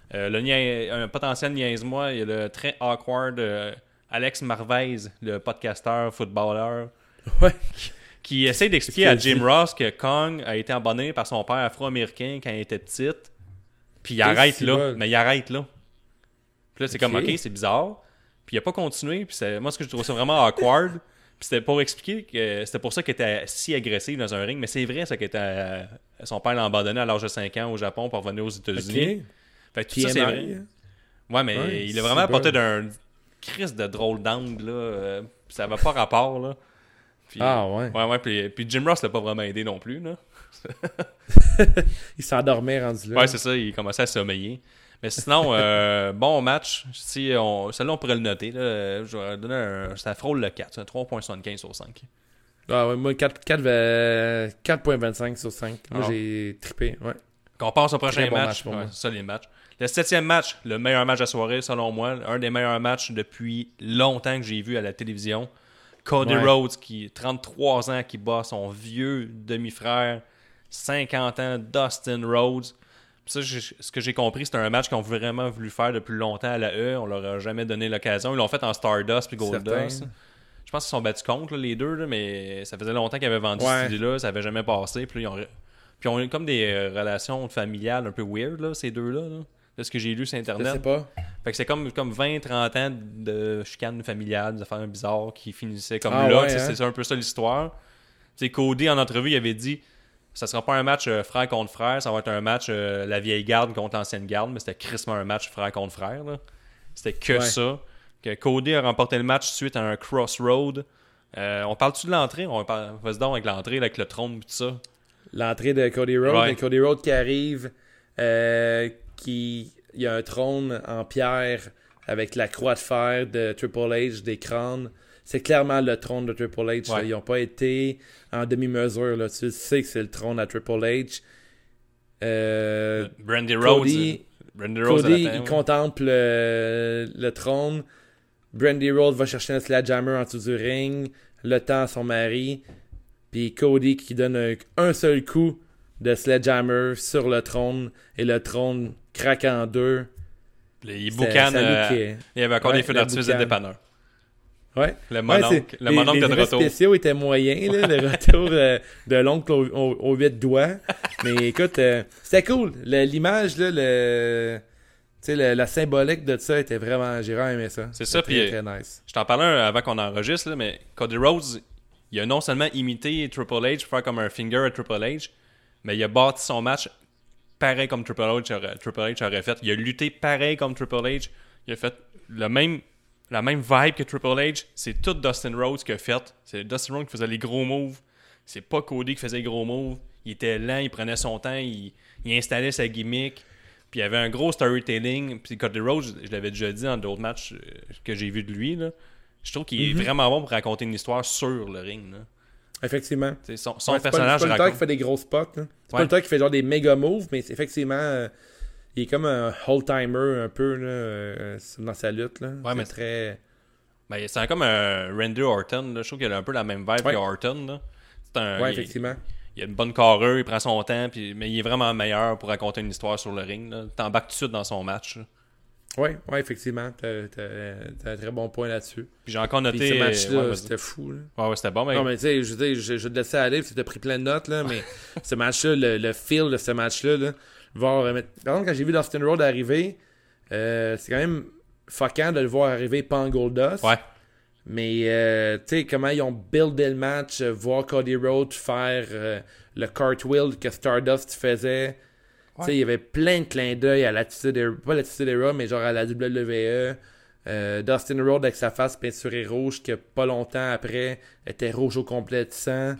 Un potentiel niaise-moi. Il y a le très awkward Alex Marvez, le podcasteur, footballeur. Ouais. qui essaie d'expliquer à Jim Ross que Kong a été abandonné par son père afro-américain quand il était petit. Puis il arrête là. Mais il arrête là. Puis là, c'est comme, OK, c'est bizarre. Puis il a pas continué. Puis moi, ce que je trouve ça vraiment awkward, puis c'était pour expliquer que c'était pour ça qu'il était si agressif dans un ring. Mais c'est vrai, ça qu'était son père l'a abandonné à l'âge de 5 ans au Japon pour revenir aux États-Unis. Fait que tout ça, c'est vrai. Ouais, mais il a vraiment apporté d'un crise de drôle d'angle, là. Ça va pas rapport, là. Puis, ouais. Puis Jim Ross l'a pas vraiment aidé non plus, là. Il s'endormait rendu là. Ouais, c'est ça, il commençait à sommeiller. Mais sinon, bon match. Si celui-là, on pourrait le noter. Là, je vais donner ça frôle le 4. C'est un 3.75 sur 5. Ah ouais, moi, 4.25 sur 5. Moi, j'ai trippé, ouais. Qu'on passe au prochain Très bon match. pour moi. C'est ça, les matchs. Le 7e match, le meilleur match de la soirée, selon moi. Un des meilleurs matchs depuis longtemps que j'ai vu à la télévision. Cody Rhodes, qui 33 ans, qui bat son vieux demi-frère, 50 ans, Dustin Rhodes. Ça, ce que j'ai compris, c'est un match qu'ils ont vraiment voulu faire depuis longtemps à la E. On leur a jamais donné l'occasion. Ils l'ont fait en Stardust puis Goldust. Je pense qu'ils sont battus contre, là, les deux, là, mais ça faisait longtemps qu'ils avaient vendu cette idée-là. Ça n'avait jamais passé. Puis ils ont eu comme des relations familiales un peu weird, là, ces deux-là. Là, de ce que j'ai lu sur Internet. Je sais pas. Fait que c'est comme 20-30 ans de chicanes familiales, des affaires bizarres qui finissaient comme C'est un peu ça l'histoire. T'sais, Cody, en entrevue, il avait dit ça sera pas un match frère contre frère, ça va être un match la vieille garde contre l'ancienne garde, mais c'était crissement un match frère contre frère. Là. C'était que ça. Que Cody a remporté le match suite à un crossroad. On parle-tu de l'entrée? Vas-y donc avec l'entrée, avec le trône et tout ça. L'entrée de Cody Rhodes. Cody Rhodes qui arrive, il y a un trône en pierre avec la croix de fer de Triple H, des crânes. C'est clairement le trône de Triple H. Ils n'ont pas été en demi-mesure. Là. Tu sais que c'est le trône à Triple H. Brandy Rhodes. Cody il contemple le trône. Brandy Rhodes va chercher un sledgehammer en dessous du ring. Le temps à son mari. Puis Cody qui donne un seul coup de sledgehammer sur le trône. Et le trône craque en deux. Il boucane. Il y avait encore des feux d'artifice et des dépanneurs. Ouais. Le mononcle de retour. Les spéciaux étaient moyens, là, le retour de l'oncle aux 8 doigts. Mais écoute, c'était cool. L'image, là, la symbolique de ça était vraiment... J'ai vraiment aimé ça. C'est ça, puis très nice. Je t'en parlais avant qu'on enregistre, là, mais Cody Rhodes, il a non seulement imité Triple H pour faire comme un finger à Triple H, mais il a bâti son match pareil comme Triple H aurait fait. Il a lutté pareil comme Triple H. Il a fait la même vibe que Triple H. C'est tout Dustin Rhodes qui a fait. C'est Dustin Rhodes qui faisait les gros moves. C'est pas Cody qui faisait les gros moves. Il était lent, il prenait son temps, il installait sa gimmick. Puis il y avait un gros storytelling. Puis Cody Rhodes, je l'avais déjà dit dans d'autres matchs que j'ai vus de lui, là. Je trouve qu'il est vraiment bon pour raconter une histoire sur le ring, là. Effectivement. Son personnage c'est pas le temps qui fait des gros spots. Là. C'est pas le temps qui fait genre des méga moves, mais effectivement, il est comme un old-timer un peu là, dans sa lutte. Là. Ouais, mais très... Ben, c'est comme un Randy Orton. Là. Je trouve qu'il a un peu la même vibe qu'Orton. Là. Effectivement. Il a une bonne carrure, il prend son temps, mais il est vraiment meilleur pour raconter une histoire sur le ring. T'embarques tout de suite dans son match. Là. Oui, effectivement. T'as un très bon point là-dessus. Puis j'ai encore noté... Puis ce match-là, c'était fou. Là. Ouais, c'était bon. Mais... Non, mais tu sais, je te laissais aller, parce que t'as pris plein de notes, là, mais ce match-là, le feel de ce match-là, là, par exemple, quand j'ai vu Dustin Rhodes arriver, c'est quand même fuckant de le voir arriver pas en Goldust. Ouais. Mais, tu sais, comment ils ont buildé le match, voir Cody Rhodes faire le cartwheel que Stardust faisait... Tu sais, il y avait plein de clins d'œil à l'attitude Era, pas l'attitude Era, mais genre à la WWE. Dustin Rhodes avec sa face peinturée rouge, qui pas longtemps après était rouge au complet de sang.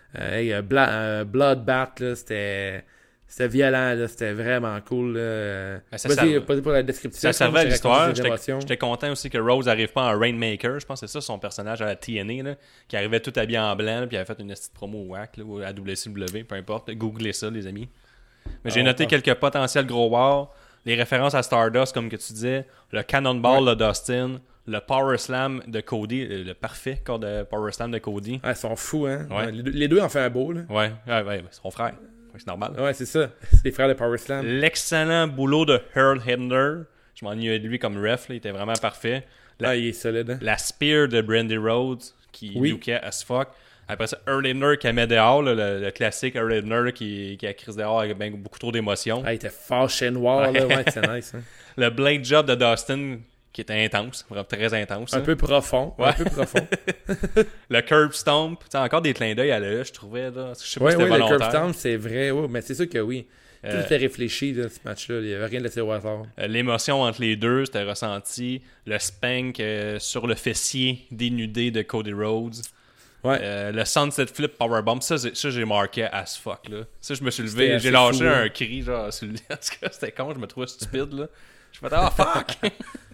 Bloodbath, là, c'était violent, là, c'était vraiment cool. Vas-y, pas pour la description. Ça servait à l'histoire. J'étais content aussi que Rhodes n'arrive pas en Rainmaker. Je pense que c'est ça son personnage à la TNA, là, qui arrivait tout habillé en blanc, là, puis il avait fait une petite promo au WAC, là, à WCW, peu importe. Googlez ça, les amis. Mais j'ai noté quelques potentiels gros wow. Les références à Stardust, comme que tu disais. Le Cannonball de Dustin. Le Power Slam de Cody. Le parfait corps de Power Slam de Cody. Ils sont fous, hein? Ouais. Les deux en font un beau, là. Ouais, ils sont frères. C'est normal. Ouais, c'est ça. C'est les frères de Power Slam. L'excellent boulot de Earl Hebner. Je m'ennuyais de lui comme ref, là. Il était vraiment parfait. Il est solide. Hein? La Spear de Brandy Rhodes, qui lookait as fuck. Après ça, Earl Hebner qui met dehors, là, le classique Earl Hebner qui a crise dehors avec beaucoup trop d'émotions. Ah, il était fâché noir, là. Ouais, c'est nice. Hein. Le blade job de Dustin qui était intense, vraiment très intense. Un peu profond. Ouais. Un peu profond. Le curb stomp, encore des clins d'œil à l'œil, je trouvais. Là. Je sais pas Ouais, si c'était le volontaire. curve stomp, c'est vrai. Ouais, mais c'est sûr que oui. Tout était réfléchi, là, ce match-là. Il n'y avait rien de laissé au hasard. L'émotion entre les deux, c'était ressenti. Le spank sur le fessier dénudé de Cody Rhodes. Ouais. Le sunset flip powerbomb, ça j'ai marqué as fuck. Là. Ça, je me suis levé, j'ai assez lâché fou, un hein. cri. Genre, sur le... C'était con, je me trouvais stupide. Là. Je me disais, ah fuck!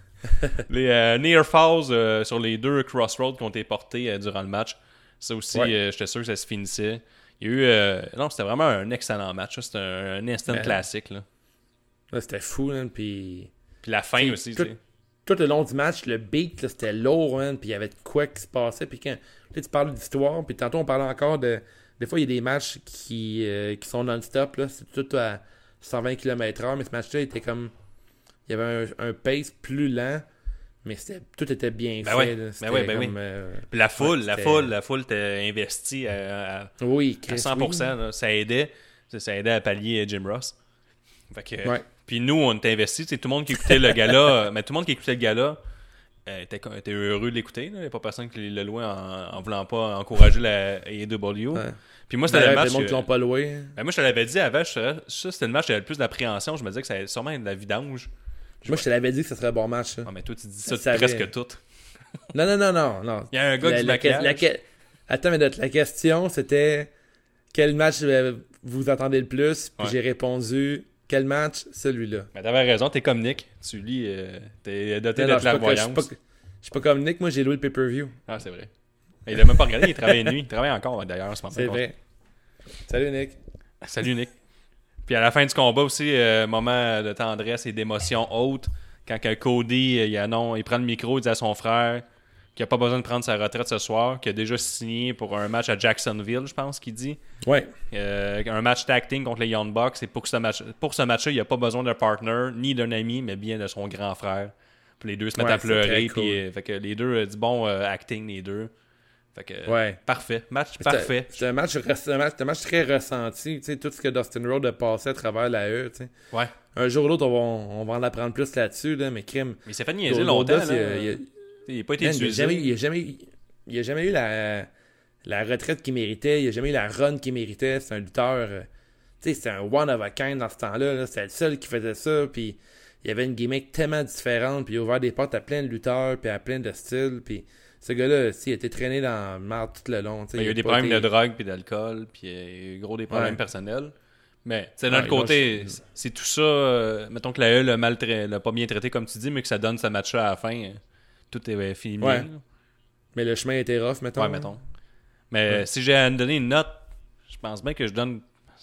Les near falls sur les deux crossroads qui ont été portés durant le match. Ça aussi, j'étais sûr que ça se finissait. Il y a eu. Non, c'était vraiment un excellent match. Là. C'était un instant classique. Là. Là, c'était fou, hein, puis la fin aussi. Tout le long du match, le beat, là, c'était lourd, hein, puis il y avait de quoi qui se passait. Puis quand tu parles d'histoire, puis tantôt on parlait encore de... Des fois, il y a des matchs qui sont non-stop, là, c'est tout à 120 km/h, mais ce match-là était comme... Il y avait un pace plus lent, mais tout était bien fait. Ouais. Là. Ben oui. Puis la foule était investie à oui, Chris, 100%. Oui. Là. Ça aidait à pallier Jim Ross. Fait que, ouais. Puis nous, on était investis. Tout le monde qui écoutait le gala, mais tout le monde qui écoutait le gala était heureux de l'écouter. Il n'y a pas personne qui le louait en voulant pas encourager la AEW. Ouais. Puis moi, c'était le match. Le monde qui l'ont pas loué. Ben moi, je te l'avais dit avant, ça, c'était le match qui avait le plus d'appréhension. Je me disais que ça allait sûrement être de la vidange. Moi, je te l'avais dit que ce serait un bon match. Ça. Ah, mais toi, tu dis ça de presque tout. Non. Il y a un gars du maquillage. Attends, mais la question, c'était quel match vous attendez le plus? Puis j'ai répondu, quel match? Celui-là. Mais t'avais raison, t'es comme Nick. Tu lis, t'es doté de clairvoyance. Je suis pas comme Nick, moi j'ai loué le pay-per-view. Ah, c'est vrai. Mais il a même pas regardé, il travaille de nuit. Il travaille encore d'ailleurs en ce moment. C'est vrai. Salut Nick. Salut Nick. Puis à la fin du combat aussi, moment de tendresse et d'émotion haute, quand Cody il prend le micro, il dit à son frère qu'il n'a pas besoin de prendre sa retraite ce soir, qu'il a déjà signé pour un match à Jacksonville, je pense qu'il dit. Ouais. Un match tag team contre les Young Bucks, et pour ce match-là, il n'a pas besoin d'un partner, ni d'un ami, mais bien de son grand frère. Puis les deux se mettent à pleurer, cool. Puis fait que les deux disent bon acting, les deux. Fait que, parfait. Match parfait. C'est un match très ressenti. Tu sais, tout ce que Dustin Rhodes a passé à travers la E. Tu sais. Ouais. Un jour ou l'autre, on va en apprendre plus là-dessus. Là, mais crime. Mais il s'est fait niaiser longtemps. Il n'a pas été utilisé. Il n'a jamais eu la retraite qu'il méritait. Il n'a jamais eu la run qu'il méritait. C'est un lutteur. Tu sais, c'est un one of a kind dans ce temps-là. Là. C'était le seul qui faisait ça. Puis il y avait une gimmick tellement différente. Puis il a ouvert des portes à plein de lutteurs. Puis à plein de styles. Puis. Ce gars-là, il a été traîné dans le marde tout le long. Il y a eu des problèmes de drogue puis d'alcool, puis il y a eu des problèmes personnels. Mais d'un autre côté, c'est tout ça. Mettons que la E l'a pas bien traité, comme tu dis, mais que ça donne ce match-là à la fin. Tout est fini. Ouais. Mais le chemin était rough, mettons. Ouais, mettons. Mais si j'ai à me donner une note, je pense bien que je donne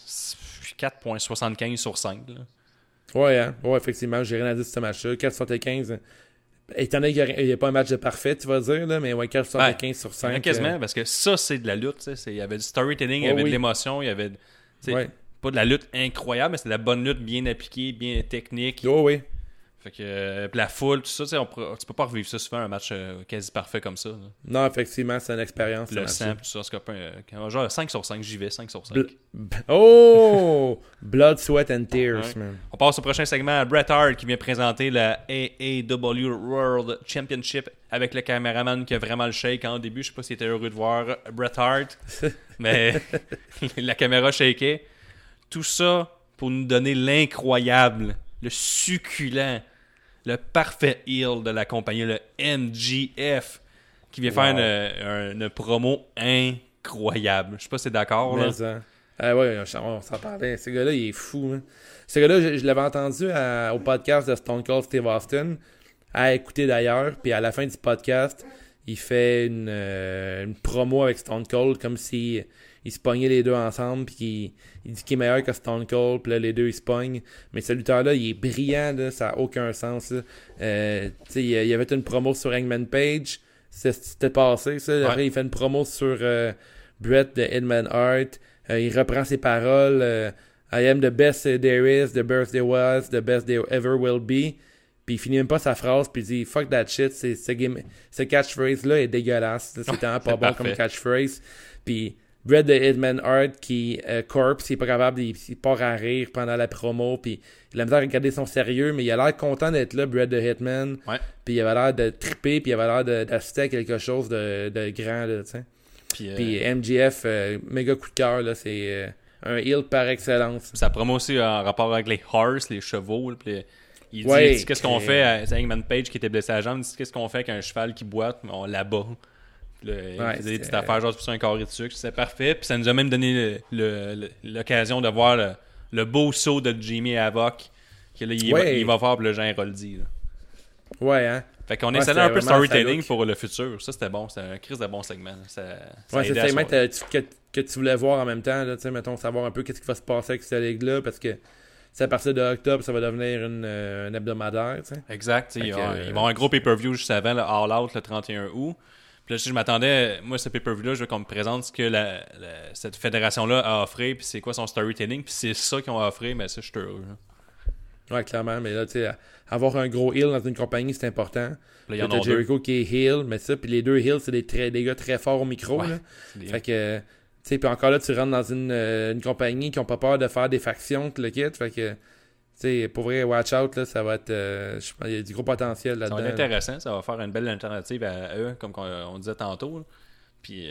4.75 sur 5. Là. Ouais, hein? Ouais, effectivement, j'ai rien à dire sur ce match-là. 4.75. Étant donné qu'il n'y a pas un match de parfait, tu vas dire, là, mais ouais, 4.75 sur 5. Quasiment, parce que ça, c'est de la lutte. Il y avait du storytelling, il y avait de l'émotion, il y avait pas de la lutte incroyable, mais c'est de la bonne lutte bien appliquée, bien technique. Oh oui. Fait que la foule, tout ça, tu peux pas revivre ça souvent, un match quasi parfait comme ça. Là. Non, effectivement, c'est une expérience. Le sang, tout ça, c'est genre 5 sur 5, j'y vais, 5 sur 5. Oh! Blood, Sweat and Tears, man. On passe au prochain segment à Bret Hart qui vient présenter la AEW World Championship avec le caméraman qui a vraiment le shake. Au début, je sais pas s'il était heureux de voir Bret Hart, mais la caméra shakeait. Tout ça pour nous donner l'incroyable, le succulent, le parfait heel de la compagnie, le MJF, qui vient faire une promo incroyable. Je sais pas si t'es d'accord. Là. Ouais, on s'en parlait. Ce gars-là, il est fou. Hein. Ce gars-là, je l'avais entendu au podcast de Stone Cold Steve Austin, à écouter d'ailleurs. Puis à la fin du podcast, il fait une promo avec Stone Cold, comme si il se pognait les deux ensemble, puis il dit qu'il est meilleur que Stone Cold, puis là, les deux, ils se pognent. Mais ce lutteur-là, il est brillant, là, ça n'a aucun sens. Il y avait une promo sur Hangman Page, c'était passé, ça. Après, il fait une promo sur Bret de Edmund Hart. Il reprend ses paroles. I am the best there is, the best there was, the best there ever will be. Puis il finit même pas sa phrase, puis il dit « Fuck that shit », ce catchphrase-là est dégueulasse. C'est tellement pas bon parfait. comme catchphrase. Puis Bret the Hitman Hart qui corpse, il est pas capable, il part à rire pendant la promo, puis il a la misère à regarder son sérieux, mais il a l'air content d'être là, Bret the Hitman. Ouais. Puis il avait l'air de triper, puis il avait l'air d'assister à quelque chose de grand, là, tu sais. Puis MJF, méga coup de cœur, là, c'est un heel par excellence. Sa promo aussi en rapport avec les horses, les chevaux. Là, puis il dit, Ouais, il dit qu'est-ce qu'on fait, c'est Hangman Page qui était blessé à la jambe, il dit qu'est-ce qu'on fait avec un cheval qui boite, on l'abat. Puis là, il faisait des petites affaires, genre sur un carré de sucre, c'est parfait. Puis ça nous a même donné l'occasion de voir le beau saut de Jimmy Havoc, que là, il va faire pour le Jean Héroldi. Ouais, hein. Fait qu'on installait un peu storytelling pour le futur. Ça, c'était bon. C'était un crise de bon segment. Ça c'est le aidait segment que tu voulais voir en même temps. Là, mettons, savoir un peu qu'est-ce qui va se passer avec cette ligue-là. Parce que à partir d'octobre, ça va devenir un hebdomadaire. T'sais. Exact. Ils vont avoir un gros pay-per-view juste avant, le All Out, le 31 août. Puis là, je m'attendais, moi, ce pay-per-view-là, je veux qu'on me présente ce que cette fédération-là a offert, puis c'est quoi son storytelling. Puis c'est ça qu'ils ont offert, mais ça, je suis heureux. Là. Ouais, clairement, mais là, tu sais, avoir un gros heel dans une compagnie, c'est important. Là, t'as Jericho qui est heel, mais ça, puis les deux heels, c'est des gars très forts au micro, là. Fait que, tu sais, puis encore là, tu rentres dans une compagnie qui ont pas peur de faire des factions, le kit, fait que, tu sais, pour vrai, watch out, là, ça va être, je pense, il y a du gros potentiel là-dedans. Ça va être intéressant, ça va faire une belle alternative à eux, comme on disait tantôt, là. Puis,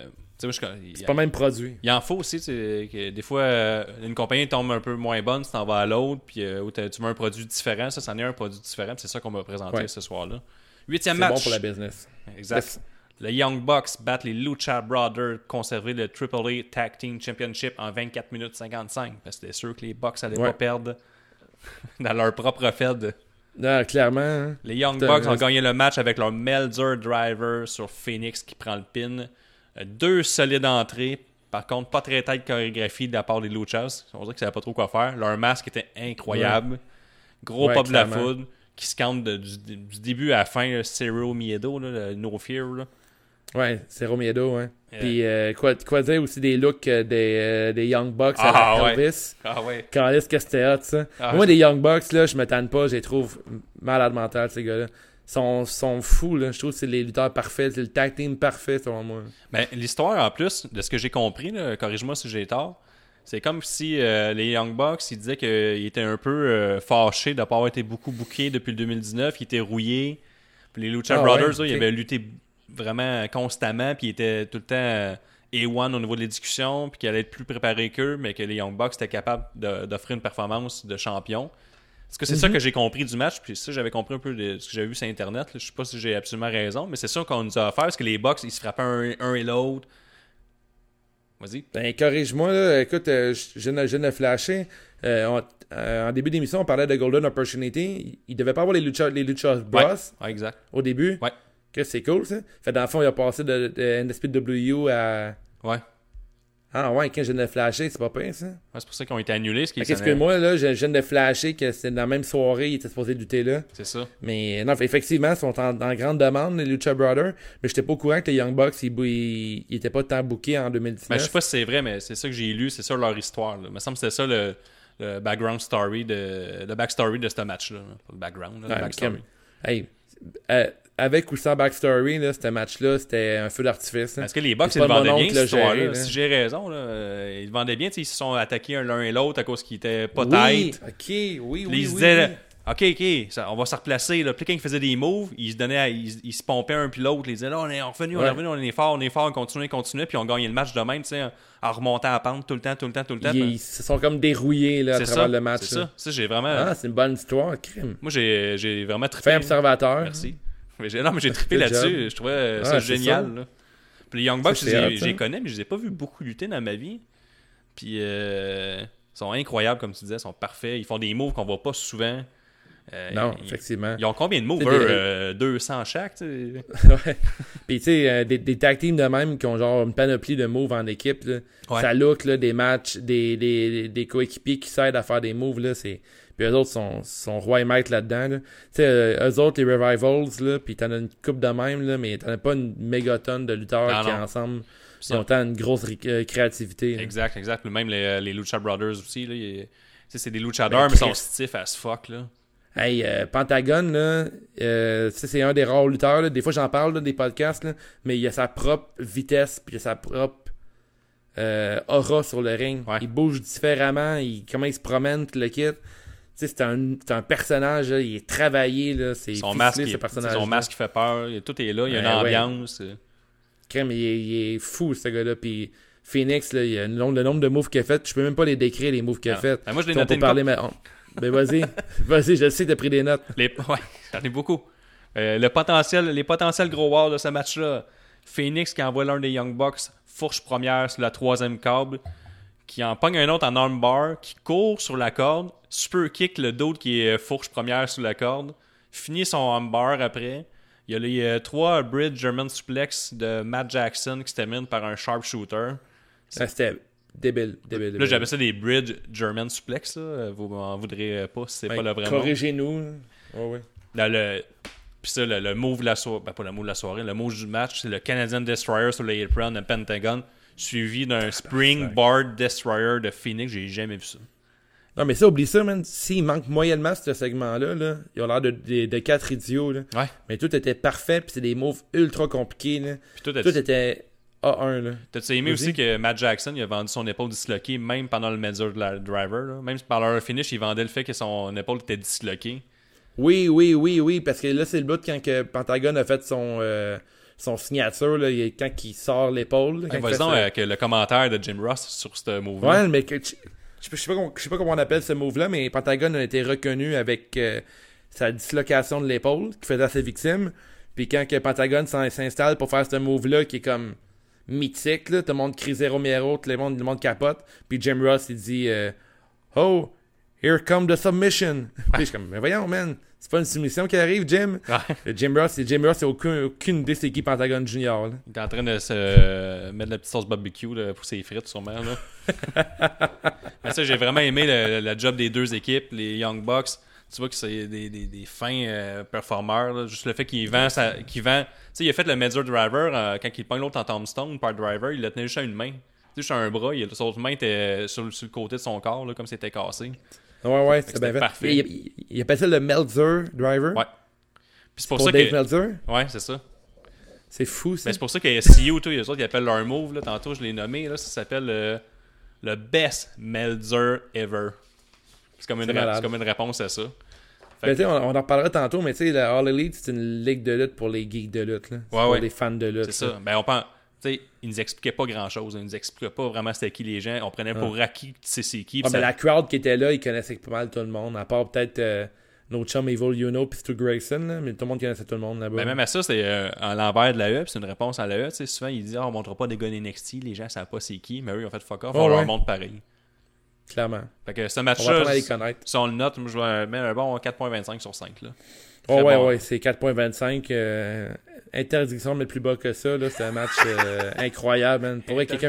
c'est pas le même produit. Il en faut aussi, que des fois, une compagnie tombe un peu moins bonne, tu t'en vas à l'autre, puis tu veux un produit différent, ça, c'en est un produit différent, c'est ça qu'on va présenter ce soir-là. 8e match. C'est bon pour la business. Exact. Yes. Le Young Bucks battent les Lucha Brothers, conserver le AAA Tag Team Championship en 24 minutes 55, parce que c'était sûr que les Bucks allaient pas perdre dans leur propre fed. Non, clairement. Hein. Les Young Bucks ont gagné le match avec leur Meltzer Driver sur Phoenix qui prend le pin. 2 solides entrées. Par contre, pas très tight chorégraphie de la part des Luchas. On dirait qu'ils savaient pas trop quoi faire. Leur masque était incroyable. Gros pop de la foudre qui se compte du début à la fin. Cero Miedo, là, le No Fear. Là. Ouais, Cero Miedo. Hein. Puis quoi dire aussi des looks des Young Bucks à Elvis. Ah ouais. Quand est-ce que c'était hot, ça. Moi, des Young Bucks, là, je me tanne pas. Je les trouve malade mental, ces gars-là. Sont fous, là. Je trouve que c'est les lutteurs parfaits. C'est le tag team parfait, selon moi. Ben, l'histoire, en plus, de ce que j'ai compris, là, corrige-moi si j'ai tort, c'est comme si les Young Bucks, ils disaient qu'ils étaient un peu fâchés de ne pas avoir été beaucoup bookés depuis le 2019. Ils étaient rouillés. Puis les Lucha Brothers, là, ils avaient lutté vraiment constamment, puis ils étaient tout le temps A1 au niveau de les discussions, puis qu'ils allaient être plus préparés qu'eux, mais que les Young Bucks étaient capables d'offrir une performance de champion. Est-ce que c'est ça que j'ai compris du match? Puis ça, j'avais compris un peu de ce que j'avais vu sur Internet. Là. Je sais pas si j'ai absolument raison, mais c'est ça qu'on nous a offert, parce que les Bucks, ils se frappaient un et l'autre. Vas-y. Ben, corrige-moi, là. Écoute, je viens de flasher. En début d'émission, on parlait de Golden Opportunity. Il devait pas avoir les Lucha Bros. Ouais, exact. Au début. Ouais. Que c'est cool, ça. Fait dans le fond, il a passé de NSPW à... Ouais. Ah ouais, quand je viens de flasher, c'est pas pire, ça. Ouais, c'est pour ça qu'ils ont été annulés. Qu'est-ce que moi, là, je viens de flasher que c'est dans la même soirée, ils étaient supposés lutter là. C'est ça. Mais non, effectivement, ils sont en grande demande, les Lucha Brothers. Mais j'étais pas au courant que les Young Bucks, ils étaient pas tant bookés en 2019. Ben, je sais pas si c'est vrai, mais c'est ça que j'ai lu, c'est ça leur histoire. Là. Il me semble que c'était ça le background story le backstory de ce match-là. Pas le background, là, le backstory. Hey, avec ou sans backstory, là, ce match-là, c'était un feu d'artifice. Est-ce que les Bucks, ils le vendaient bien, cette histoire-là? Si j'ai raison, là, ils le vendaient bien. Ils se sont attaqués l'un et l'autre à cause qu'ils étaient pas tight. Ils se disaient, OK, on va se replacer. Là. Puis quand ils faisaient des moves, ils se pompaient un puis l'autre. Ils disaient, là, on est revenu, on est fort, on continue. Puis on gagnait le match de même, en remontant à pente tout le temps. Ils se sont comme dérouillés là, à travers le match. C'est ça, j'ai vraiment... Ah, c'est une bonne histoire, crime. Moi, j'ai vraiment trippé. Fin observateur. Merci. Mais j'ai trippé là-dessus. Je trouvais ça génial. Là. Puis les Young Bucks, je les connais, mais je les ai pas vus beaucoup lutter dans ma vie. Puis ils sont incroyables, comme tu disais. Ils sont parfaits. Ils font des moves qu'on voit pas souvent. Non, effectivement. Ils ont combien de moves? 200 chaque, tu sais. Ouais. Puis tu sais, des tag teams de même qui ont genre une panoplie de moves en équipe, là. Ça look, là, des matchs, des coéquipiers qui s'aident à faire des moves, là, c'est... Puis eux autres sont roi et maître là-dedans, là. Tu sais, eux autres, les Revivals, là, puis t'en as une coupe de même, là, mais t'en as pas une mégatonne de lutteurs qui, ensemble, ont autant une grosse créativité. Exact. Même les Lucha Brothers aussi, là. C'est des luchadors, mais ils sont stiffs as fuck, là. Hey, Pentagon, là, c'est un des rares lutteurs. Là. Des fois, j'en parle là, des podcasts, là, mais il a sa propre vitesse, puis il a sa propre aura sur le ring. Ouais. Il bouge différemment, comment il se promène, tout le kit. C'est un personnage, là, il est travaillé, là, c'est Son ficelé, masque, ce personnage. son masque qui fait peur, tout est là, il y a une Ouais. ambiance. Crème, il est fou, ce gars-là. Puis Phoenix, là, il y a le nombre de moves qu'il a fait. Je peux même pas les décrire, les moves qu'il a fait. Ben, moi, je l'ai On noté peut une parler, mais... Ben vas-y, je sais que t'as pris des notes. Ouais, j'en ai beaucoup. Les potentiels gros wars de ce match-là. Phoenix qui envoie l'un des Young Bucks, fourche première sur la 3e câble, qui en pogne un autre en armbar, qui court sur la corde, super kick le d'autre qui est fourche première sur la corde, finit son armbar après. Il y a les 3 Bridge German Suplex de Matt Jackson qui se terminent par un sharpshooter. C'était débile. Là, j'appelle ça des Bridge German Suplex. Là. Vous m'en voudrez pas si c'est pas le vrai mot. Corrigez-nous. Ouais. Puis ça, le move de la soirée, pas le move de la soirée, le move du match, c'est le Canadian Destroyer sur le apron de Pentagon, suivi d'un Springboard Destroyer de Phoenix. J'ai jamais vu ça. Non, mais ça, oublie ça, man. S'il manque moyennement ce segment-là, là, ils ont l'air de 4 idiots. Là. Ouais. Mais tout était parfait, puis c'est des moves ultra compliqués. Là. Puis tout était A1. Là. T'as-tu aimé aussi que Matt Jackson il a vendu son épaule disloquée même pendant le Major Driver? Là? Même par leur finish, il vendait le fait que son épaule était disloquée. Oui, parce que là, c'est le bout quand que Pentagon a fait son signature, là, quand il sort l'épaule. Vas-y donc avec le commentaire de Jim Ross sur ce move-là. Ouais, mais je sais pas comment on appelle ce move-là, mais Pentagon a été reconnu avec sa dislocation de l'épaule qu'il faisait à ses victimes. Puis quand que Pentagon s'installe pour faire ce move-là qui est comme mythique, là, tout le monde crie Zero Miero, tout le monde capote. Puis Jim Ross, il dit Oh, here come the submission. Puis je suis comme, mais voyons, man, c'est pas une soumission qui arrive, Jim. Ouais. Jim Ross, il a aucune idée c'est qui Pentagon Junior. Là. Il est en train de se mettre de la petite sauce barbecue là, pour ses frites, sûrement. Là. Mais ça, j'ai vraiment aimé le job des deux équipes, les Young Bucks. Tu vois que c'est des fins performeurs. Là. Juste le fait qu'il vend. Tu sais, il a fait le Major Driver quand il pogne l'autre en tombstone par driver, il le tenait juste à une main. Tu sais, juste à un bras, son autre main était sur le côté de son corps, là, comme c'était cassé. Ouais, c'est bien fait. Parfait. Il appelle ça le Meltzer Driver. Ouais. Puis c'est pour ça Dave Meltzer. Ouais, c'est ça. C'est fou, ça. Mais c'est pour ça que SCU, eux autres, ils appellent leur move, là, tantôt je l'ai nommé, là, ça s'appelle le Best Meltzer Ever. C'est comme une réponse à ça. Ben, on en reparlera tantôt, mais tu sais, la All Elite, c'est une ligue de lutte pour les geeks de lutte. Là. C'est pour les fans de lutte. C'est ça. Ben, on pense. Tu sais, ils nous expliquaient pas grand-chose. Ils nous expliquaient pas vraiment c'était qui les gens. On prenait pour acquis, tu sais c'est qui. Mais la crowd qui était là, ils connaissaient pas mal tout le monde, à part peut-être nos chums Evil Uno puis Stu Grayson, là, mais tout le monde connaissait tout le monde là-bas. Ben, même à ça, c'est en l'envers de la E, c'est une réponse à la E. Tu sais, souvent, ils disent on montrera pas des gars NXT, les gens savent pas c'est qui, mais eux, ils ont fait fuck off, on leur montre pareil. Clairement. Fait que ce on va match-là, les connaître. Si on le note, moi, je vais mettre un bon 4.25 sur 5. Là. Ouais, c'est 4.25. Interdiction de mettre plus bas que ça. Là, c'est un match incroyable, man. Pour vrai, quelqu'un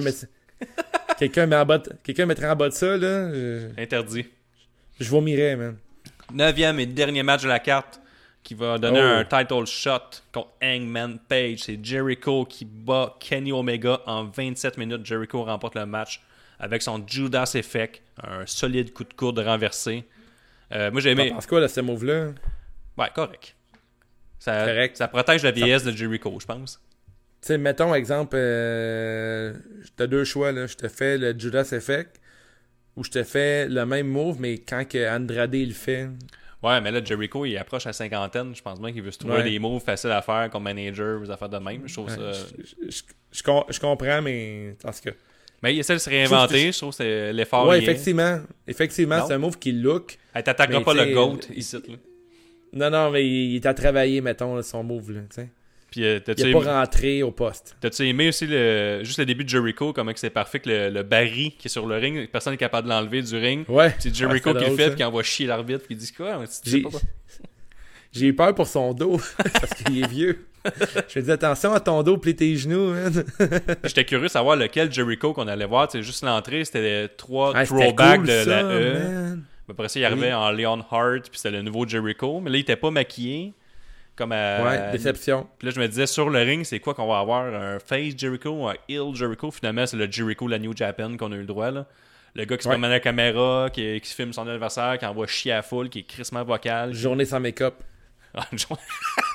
mettrait en bas de ça, là. Interdit. Je vomirais, man. 9e et dernier match de la carte qui va donner un title shot contre Hangman Page. C'est Jericho qui bat Kenny Omega en 27 minutes. Jericho remporte le match avec son Judas Effect, un solide coup de coude renversé. Moi, j'ai aimé. Tu penses quoi de ce move-là? Ouais, correct. Ça protège la vieillesse de Jericho, je pense. Tu sais, mettons, exemple, t'as deux choix, là. Je te fais le Judas Effect ou je te fais le même move, mais quand que Andrade le fait. Ouais, mais là, Jericho, il approche la cinquantaine. Je pense bien qu'il veut se trouver des moves faciles à faire comme manager, des affaires de même. Je trouve ça... Je comprends, mais en tout cas... Mais il essaie de se réinventer, je trouve que c'est l'effort. Ouais, effectivement, c'est un move qui look. Elle t'attaquera pas le GOAT ici. Non, mais il t'a travaillé, mettons, son move, là, tu sais. Puis, il n'est pas rentré au poste. T'as-tu aimé aussi juste le début de Jericho, comment c'est parfait que le baril qui est sur le ring, personne n'est capable de l'enlever du ring. Ouais. C'est Jericho qui le fait, puis qui envoie chier l'arbitre, puis il dit quoi? J'ai eu peur pour son dos, parce qu'il est vieux. Je me dis attention à ton dos, plie tes genoux, man. J'étais curieux de savoir lequel Jericho qu'on allait voir. C'est juste l'entrée, c'était les 3 cool, throwbacks de ça, la E. Man. Après ça, il arrivait en Leon Hart, puis c'était le nouveau Jericho. Mais là, il était pas maquillé. Ouais, déception. Puis là, je me disais, sur le ring, c'est quoi qu'on va avoir? Un face Jericho, un heel Jericho? Finalement, c'est le Jericho, la New Japan qu'on a eu le droit. Là Le gars qui se promène à la caméra, qui se filme son adversaire, qui envoie chier à la foule, qui est crissement vocal. Journée sans make-up. Ah, une journée.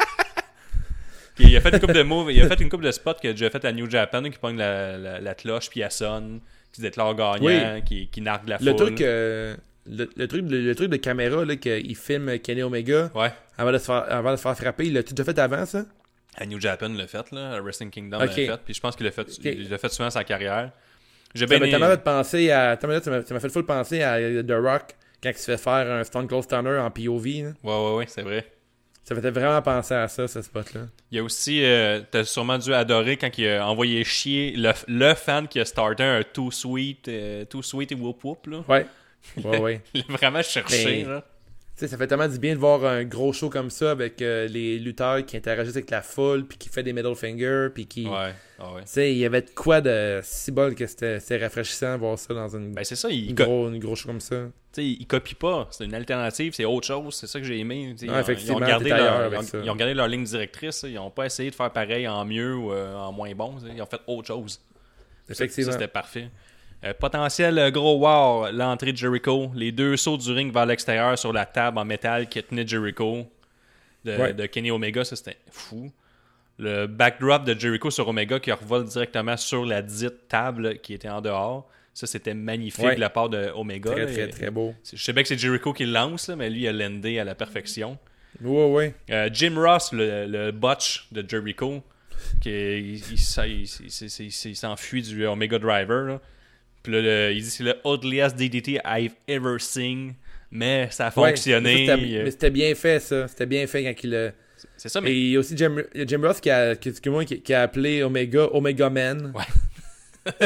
Il a fait une couple de moves, il a fait une couple de spots qu'il a déjà fait à New Japan, qui pogne la cloche, puis elle sonne, qui se déclare gagnant, qui nargue la foule. Le truc de caméra, là, qu'il filme Kenny Omega avant de se faire frapper, il l'a-tu déjà fait avant, ça? À New Japan, il l'a fait, là. À Wrestling Kingdom, il l'a fait. Puis je pense qu'il l'a fait souvent dans sa carrière. Ça m'a fait full penser à The Rock quand il se fait faire un Stone Cold Stunner en POV. Là. Ouais, c'est vrai. Ça m'a fait vraiment penser à ça, ce spot-là. Il y a aussi, t'as sûrement dû adorer quand il a envoyé chier le fan qui a starté un Too Sweet et Whoop Whoop, là. Ouais. Il a vraiment cherché, là. Tu sais, ça fait tellement du bien de voir un gros show comme ça avec les lutteurs qui interagissent avec la foule, puis qui fait des middle fingers, puis qui... Ouais. Tu sais, il y avait de quoi de si bol que c'était rafraîchissant de voir ça dans une c'est ça, une gros show comme ça. Tu sais, il copie pas, c'est une alternative, c'est autre chose, c'est ça que j'ai aimé. Effectivement, ils ont gardé leur ligne directrice, ils ont pas essayé de faire pareil en mieux ou en moins bon, ils ont fait autre chose. Effectivement. Ça c'était parfait. Potentiel gros wow, l'entrée de Jericho, les 2 sauts du ring vers l'extérieur sur la table en métal qui tenait Jericho de Kenny Omega, ça c'était fou. Le backdrop de Jericho sur Omega qui revole directement sur la dite table qui était en dehors, ça c'était magnifique de la part de Omega. Très beau. Je sais bien que c'est Jericho qui le lance, là, mais lui il a landé à la perfection. Ouais. Jim Ross, le botch de Jericho, il s'enfuit du Omega Driver, là. Puis là, il dit c'est le ugliest DDT I've ever seen, mais ça a fonctionné. Mais c'était bien fait, ça. C'était bien fait quand il a... C'est ça, mais... Et il y a aussi Jim Ross qui a appelé Omega Man. Ouais.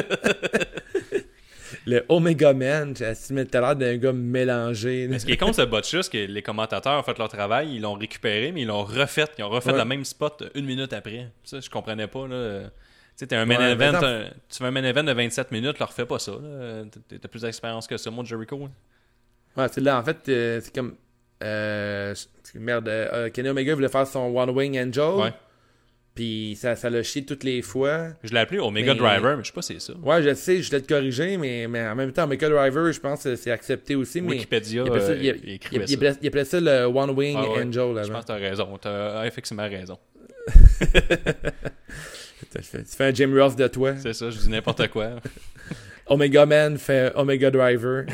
Le Omega Man, t'as l'air d'un gars mélangé. Mais ce qui est contre ce botch-là, c'est que les commentateurs ont fait leur travail, ils l'ont récupéré, mais ils l'ont refait. Ils ont refait le même spot 1 minute après. Ça, je comprenais pas, là... Tu sais, tu fais un main event de 27 minutes, leur refais pas ça. T'as plus d'expérience que ça, mon Jericho. Hein. Ouais, c'est là, en fait, c'est comme... Kenny Omega voulait faire son One Wing Angel. Ouais. Puis ça l'a chié toutes les fois. Je l'ai appelé Omega Driver, mais je sais pas si c'est ça. Ouais, je sais, je l'ai corrigé, mais en même temps, Omega Driver, je pense que c'est accepté aussi. Wikipédia, il appelait ça le One Wing Angel. Je pense que t'as raison. T'as effectivement raison. Tu fais un Jim Ross de toi. C'est ça, je dis n'importe quoi. Omega Man fait Omega Driver.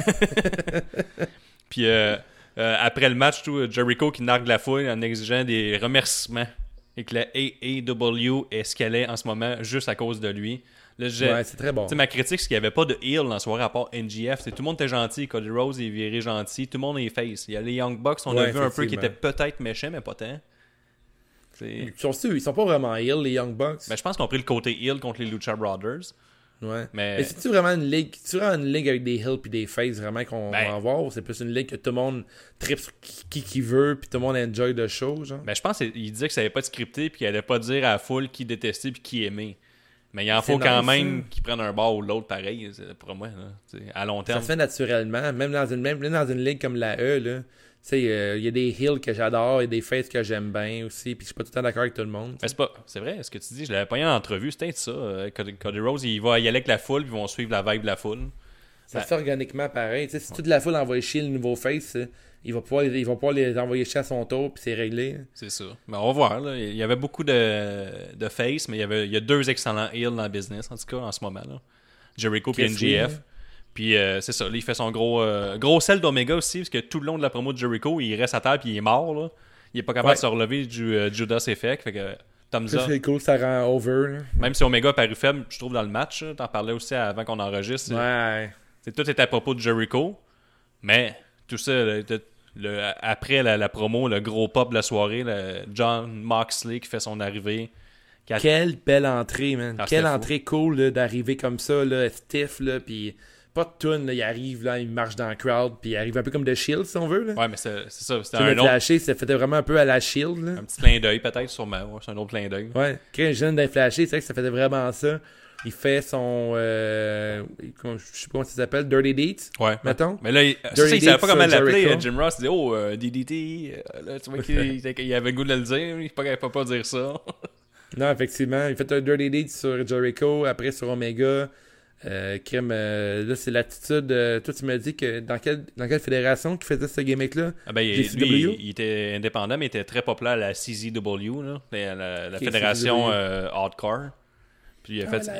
Puis après le match, Jericho qui nargue la foule en exigeant des remerciements et que la AEW escalait en ce moment juste à cause de lui. Là, c'est très bon. Ma critique, c'est qu'il n'y avait pas de heel dans la soirée à part NGF. Tout le monde était gentil. Cody Rhodes est viré gentil. Tout le monde est face. Il y a les Young Bucks, on a vu un peu qui étaient peut-être méchants, mais pas tant. Ils sont pas vraiment heel, les Young Bucks. Mais je pense qu'on a pris le côté heel contre les Lucha Brothers. Ouais. Mais c'est-tu vraiment une ligue avec des heels et des faces vraiment qu'on va en voir, ou c'est plus une ligue que tout le monde tripe sur qui veut puis tout le monde enjoy le show, genre? Je pense qu'il disait que ça n'allait pas être scripté puis qu'il allait pas dire à la foule qui détestait puis qui aimait. Mais il en faut quand même qu'ils prennent un bord ou l'autre pareil, pour moi, là, à long terme. Ça se fait naturellement, même dans une ligue comme la E, là. Tu sais, il y a des heels que j'adore et des faces que j'aime bien aussi, puis je suis pas tout le temps d'accord avec tout le monde. Mais c'est vrai, ce que tu dis, je l'avais pas eu en entrevue, c'était ça. Cody Rhodes, il va y aller avec la foule, puis ils vont suivre la vibe de la foule. Ça se fait organiquement pareil. Tu sais, si toute la foule envoie chier le nouveau face, ils vont pouvoir les envoyer chier à son tour, puis c'est réglé. C'est ça. Mais on va voir, là. Il y avait beaucoup de face, mais il y a 2 excellents heels dans le business, en tout cas, en ce moment, là. Jericho et NGF. Puis c'est ça, là, il fait son gros sel d'Omega aussi, parce que tout le long de la promo de Jericho, il reste à terre puis il est mort, là. Il est pas capable de se relever du Judas Effect, fait que thumbs up. C'est cool, ça rend over. Là. Même si Omega a paru faible, je trouve, dans le match, t'en parlais aussi avant qu'on enregistre. Ouais. Tout est à propos de Jericho, mais tout ça, après la promo, le gros pop de la soirée, John Moxley qui fait son arrivée. Quelle belle entrée, man. Quelle entrée cool là, d'arriver comme ça, là, stiff, là, puis... Pas de tune, là, il arrive, là, il marche dans le crowd, puis il arrive un peu comme The Shield, si on veut. Là. Ouais, mais c'est ça. C'était un autre... flashé, ça faisait vraiment un peu à la Shield. Là. Un petit clin d'œil, peut-être, sûrement. Ouais, c'est un autre clin d'œil. Ouais, quand je viens d'être flashé, c'est vrai que ça faisait vraiment ça. Il fait son... je sais pas comment ça s'appelle, Dirty Deeds, mettons. Mais là, il savait pas comment l'appeler. Jim Ross dit « Oh, DDT. » Là, tu vois qu'il avait le goût de le dire. Il ne peut pas dire ça. Non, effectivement. Il fait un Dirty Deeds sur Jericho, après sur Omega. Crème, là, c'est l'attitude. Toi, tu m'as dit que dans quelle fédération qui faisait ce gimmick-là? Ah ben, lui, il était indépendant, mais il était très populaire à la CZW, là, la fédération hardcore. Puis il a fait...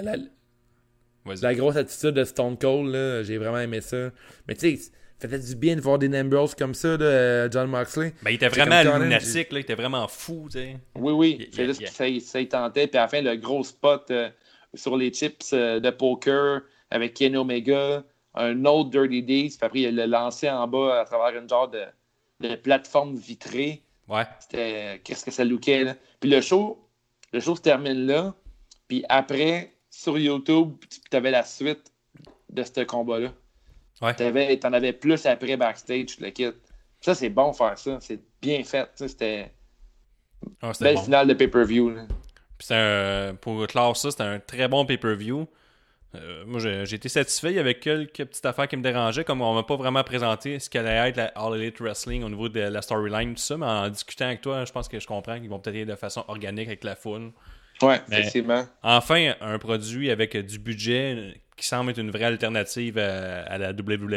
La grosse attitude de Stone Cold, là, j'ai vraiment aimé ça. Mais tu sais, ça fait du bien de voir des Ambrose comme ça, là, John Moxley. Ben, il était vraiment lunatique, là, il était vraiment fou, tu sais. Oui. C'est juste que ça y tentait. Puis à la fin, le gros spot sur les chips de poker avec Kenny Omega, un autre Dirty Deeds, puis après, il l'a lancé en bas à travers une genre de plateforme vitrée. Ouais. C'était... Qu'est-ce que ça lookait, là? Puis le show se termine là. Puis après, sur YouTube, tu avais la suite de ce combat-là. Ouais. T'en avais plus après backstage, le kit. Ça, c'est bon faire ça. C'est bien fait. C'était belle bon. finale de pay-per-view. Là. Puis pour clore ça, c'était un très bon pay-per-view. Moi, j'ai été satisfait. Il y avait quelques petites affaires qui me dérangeaient, comme on m'a pas vraiment présenté ce qu'allait être la All Elite Wrestling au niveau de la storyline, tout ça. Mais en discutant avec toi, je pense que je comprends qu'ils vont peut-être y aller de façon organique avec la foule. Ouais, effectivement. Enfin, un produit avec du budget qui semble être une vraie alternative à la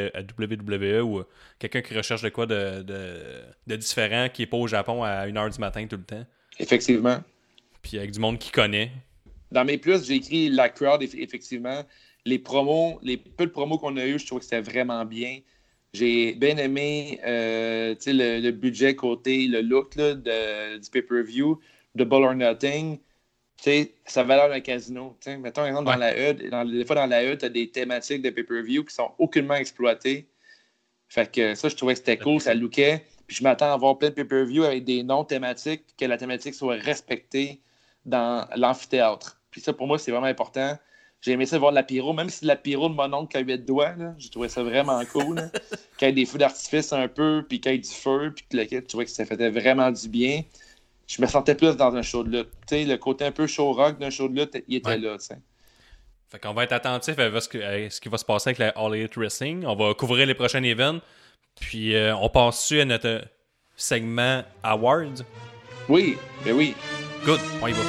WWE ou quelqu'un qui recherche de quoi de différent qui n'est pas au Japon à 1h du matin tout le temps. Effectivement. Puis avec du monde qui connaît. Dans mes plus, j'ai écrit la crowd, effectivement. Les peu de promos qu'on a eu, je trouve que c'était vraiment bien. J'ai bien aimé le budget côté, le look là, du pay-per-view, de Ball or Nothing. Ça valeur d'un casino. T'sais. Mettons, exemple, dans la HUD, des fois dans la HUD, tu as des thématiques de pay-per-view qui sont aucunement exploitées. Fait que ça, je trouvais que c'était cool, ça lookait. Puis je m'attends à voir plein de pay-per-view avec des noms thématiques, que la thématique soit respectée dans l'amphithéâtre. Puis ça, pour moi, c'est vraiment important. J'ai aimé ça voir de la pyro, même si la pyro de mon oncle qui a 8 doigts, là, j'ai trouvé ça vraiment cool. Qu'il y ait des feux d'artifice un peu, puis qu'il y ait du feu, puis que je trouvais que ça faisait vraiment du bien. Je me sentais plus dans un show de lutte. T'sais, le côté un peu show rock d'un show de lutte, il était là. T'sais. Fait qu'on va être attentif à ce qui va se passer avec la All Elite Wrestling. On va couvrir les prochains events. Puis on passe-tu à notre segment Awards? Oui, ben oui. Good, on y va.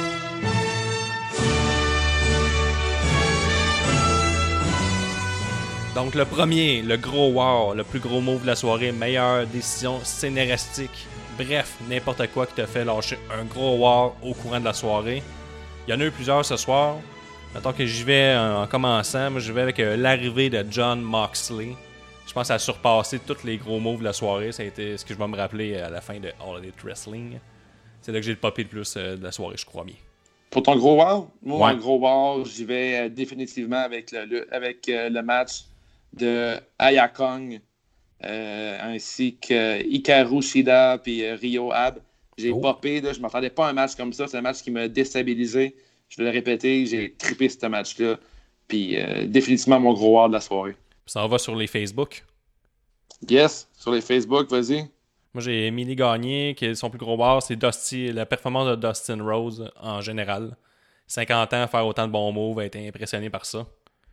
Donc le premier, le gros wow, le plus gros move de la soirée, meilleure décision scénaristique. Bref, n'importe quoi qui te fait lâcher un gros wow au courant de la soirée. Il y en a eu plusieurs ce soir. Mettons que j'y vais en commençant. Moi, je vais avec l'arrivée de John Moxley. Je pense que ça a surpassé tous les gros moves de la soirée. Ça a été ce que je vais me rappeler à la fin de All Elite Wrestling. C'est là que j'ai le popé le plus de la soirée, je crois bien. Pour ton gros wow? Moi, mon gros wow, j'y vais définitivement avec le match de Aya Kong. Ainsi que Hikaru Shida et Ryo Ab. J'ai popé, là, je ne m'attendais pas à un match comme ça. C'est un match qui m'a déstabilisé. Je vais le répéter, j'ai trippé ce match-là. Puis définitivement mon gros wow de la soirée. Ça va sur les Facebook? Yes, sur les Facebook, vas-y. Moi, j'ai Emily Gagné, qui est son plus gros wow, c'est la performance de Dustin Rose en général. 50 ans à faire autant de bons moves, a été impressionné par ça.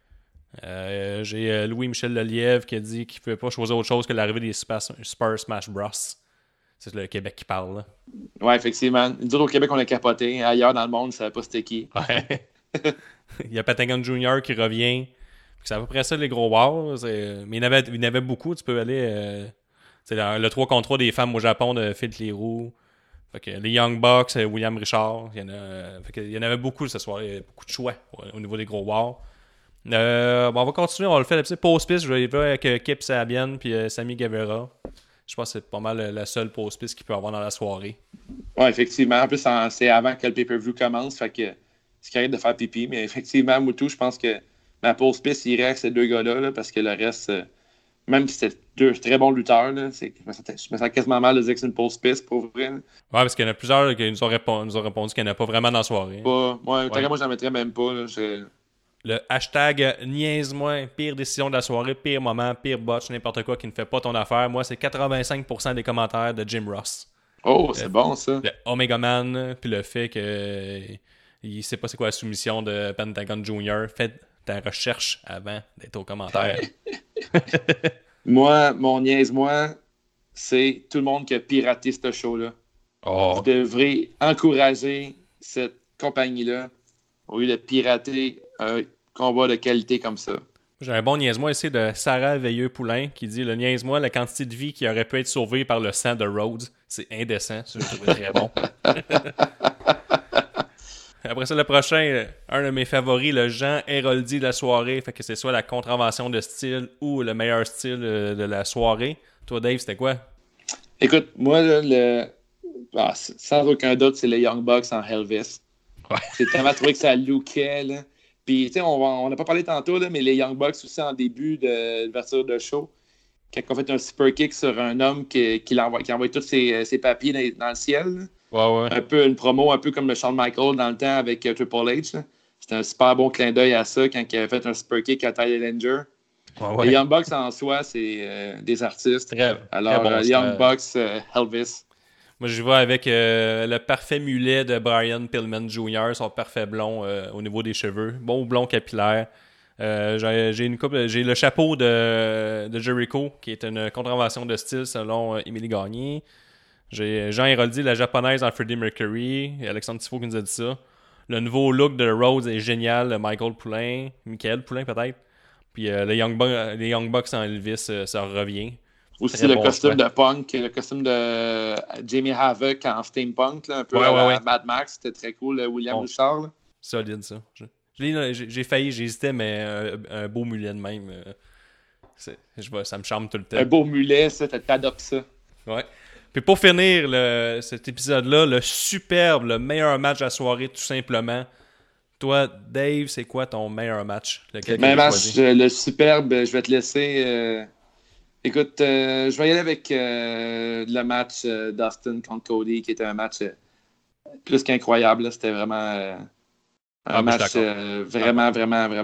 J'ai Louis-Michel Lelièvre qui a dit qu'il ne pouvait pas choisir autre chose que l'arrivée des Super Smash Bros. C'est le Québec qui parle. Là. Ouais, effectivement. Nous autres, au Québec, on a capoté. Ailleurs dans le monde, on ne savait pas c'était qui. Ouais. Il y a Pentagon Jr. qui revient. C'est à peu près ça, les gros wow. Mais il y en avait beaucoup. Tu peux aller... c'est le 3 contre 3 des femmes au Japon de Phil Cleroux. Fait que les Young Bucks, William Richard. Il y en avait beaucoup ce soir. Il y avait beaucoup de choix au niveau des gros wow. On va continuer, on va le faire. Pause-piste, je vais y aller avec Kip Sabian et Sammy Guevara. Je pense que c'est pas mal la seule pause-piste qu'il peut avoir dans la soirée. Ouais, effectivement. En plus, c'est avant que le pay-per-view commence. Fait que c'est correct de faire pipi. Mais effectivement, Moutou, je pense que ma pause-piste irait avec ces deux gars-là. Là, parce que le reste, même si c'était deux très bons lutteurs, là, je me sens quasiment mal de dire que c'est une pause-piste pour vrai. Là. Ouais, parce qu'il y en a plusieurs qui nous ont répondu qu'il n'y en a pas vraiment dans la soirée. Moi, j'en mettrais même pas. Là, Le hashtag niaise-moi, pire décision de la soirée, pire moment, pire botch, n'importe quoi qui ne fait pas ton affaire. Moi, c'est 85% des commentaires de Jim Ross. Oh, c'est bon ça. Le Omega Man, puis le fait que il sait pas c'est quoi la soumission de Pentagon Jr. Fais ta recherche avant d'être aux commentaires. Moi, mon niaise-moi, c'est tout le monde qui a piraté ce show-là. Oh. Vous devrez encourager cette compagnie-là au lieu de pirater un combats de qualité comme ça. J'ai un bon niaise-moi ici de Sarah Veilleux-Poulain qui dit le niaise-moi, la quantité de vie qui aurait pu être sauvée par le sang de Rhodes. C'est indécent. Ça, je trouve très bon. Après ça, le prochain, un de mes favoris, le Jean Héroldi de la soirée. Fait que c'est soit la contravention de style ou le meilleur style de la soirée. Toi, Dave, c'était quoi? Écoute, moi, là, sans aucun doute, c'est les Young Bucks en Elvis. Ouais. J'ai tellement trouvé que ça lookait, là. Puis, tu sais, on n'a pas parlé tantôt, là, mais les Young Bucks aussi en début d'ouverture de show, quand on fait un super kick sur un homme qui envoie tous ses papiers dans le ciel. Là. Ouais. Un peu une promo, un peu comme le Shawn Michaels dans le temps avec Triple H. Là. C'était un super bon clin d'œil à ça quand il avait fait un super kick à Ty Dillinger. Ouais. Les Young Bucks en soi, c'est des artistes. Alors, bon, Young Bucks, Elvis. Moi, je vais avec le parfait mulet de Brian Pillman Jr., son parfait blond au niveau des cheveux. Bon blond capillaire. J'ai le chapeau de Jericho, qui est une contravention de style selon Émilie Gagné. J'ai Jean Héroldi, la japonaise en Freddie Mercury. Alexandre Tifo qui nous a dit ça. Le nouveau look de Rhodes est génial. Michael Poulain peut-être. Puis les Young Bucks en Elvis, ça revient. Aussi très le bon costume choix. de Punk, le costume de Jamie Havoc en steampunk, là, un peu Ouais. Mad Max. C'était très cool, William Bouchard. Là. Solide, ça. J'ai failli, j'hésitais, mais un beau mulet de même. Ça me charme tout le temps. Un beau mulet, ça, t'adoptes ça. Ouais. Puis pour finir cet épisode-là, le meilleur match de la soirée, tout simplement. Toi, Dave, c'est quoi ton meilleur match? Meilleur match, le superbe, je vais te laisser. Écoute, je vais y aller avec le match Dustin contre Cody, qui était un match plus qu'incroyable. Là. C'était vraiment un match vraiment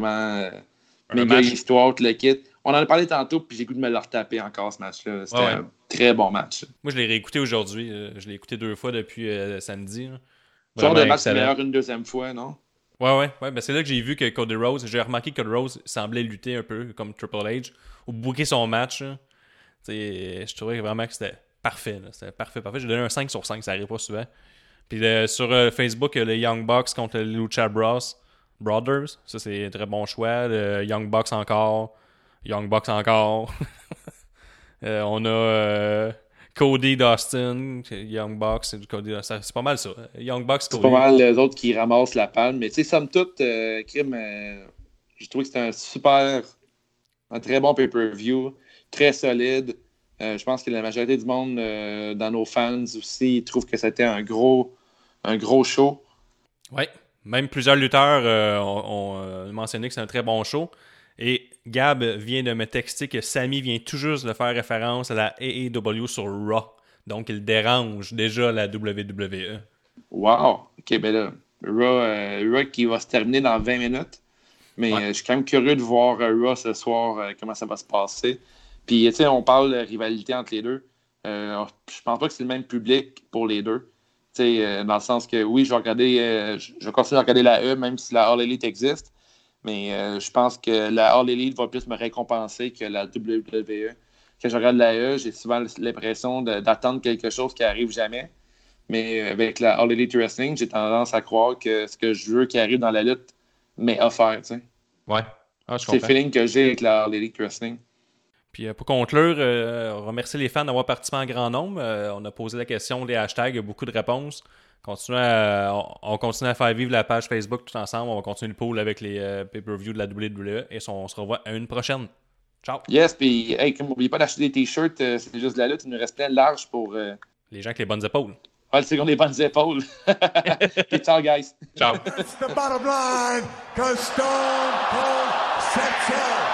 méga histoire, tout le kit. On en a parlé tantôt, puis j'ai le goût de me le retaper encore, ce match-là. C'était un très bon match. Moi, je l'ai réécouté aujourd'hui. Je l'ai écouté 2 fois depuis samedi. Genre de match meilleur une deuxième fois, non? Ouais. Ben, c'est là que j'ai vu que Cody Rhodes, j'ai remarqué que Cody Rhodes semblait lutter un peu comme Triple H, ou booker son match. Je trouvais vraiment que c'était parfait. Là. C'était parfait. J'ai donné un 5 sur 5, ça n'arrive pas souvent. Puis sur Facebook, les Young Bucks contre les Lucha Brothers. Ça, c'est un très bon choix. Le Young Bucks encore. On a Cody Dustin, Young Bucks, c'est pas mal ça. Young Bucks, Cody. C'est pas mal les autres qui ramassent la palme. Mais tu sais, somme toute, Kim, j'ai trouvé que c'était un très bon pay-per-view, très solide. Je pense que la majorité du monde, dans nos fans aussi, trouvent que c'était un gros show. Oui, même plusieurs lutteurs ont mentionné que c'est un très bon show. Et Gab vient de me texter que Sami vient tout juste de faire référence à la AEW sur Raw. Donc, il dérange déjà la WWE. Wow! OK, ben là, Raw qui va se terminer dans 20 minutes. Mais je suis quand même curieux de voir Raw ce soir, comment ça va se passer. Puis, tu sais, on parle de rivalité entre les deux. Je pense pas que c'est le même public pour les deux. Tu sais, dans le sens que, oui, je vais continuer à regarder la E, même si la All Elite existe. Mais je pense que la All Elite va plus me récompenser que la WWE. Quand je regarde la E, j'ai souvent l'impression d'attendre quelque chose qui arrive jamais. Mais avec la All Elite Wrestling, j'ai tendance à croire que ce que je veux qui arrive dans la lutte m'est offert. Tu sais. Ouais. C'est le feeling que j'ai avec la All Elite Wrestling. Puis pour conclure, remercier les fans d'avoir participé en grand nombre. On a posé la question des hashtags, il y a beaucoup de réponses. On continue à faire vivre la page Facebook tout ensemble. On va continuer le pool avec les pay-per-view de la WWE et on se revoit à une prochaine. Ciao! Yes, puis hey, n'oubliez pas d'acheter des t-shirts, c'est juste de la lutte, il nous reste plein de large pour... Les gens avec les bonnes épaules. Ouais, c'est qu'on a des bonnes épaules. Puis ciao, guys! Ciao! It's the bottom line, 'cause Stone Cold said so.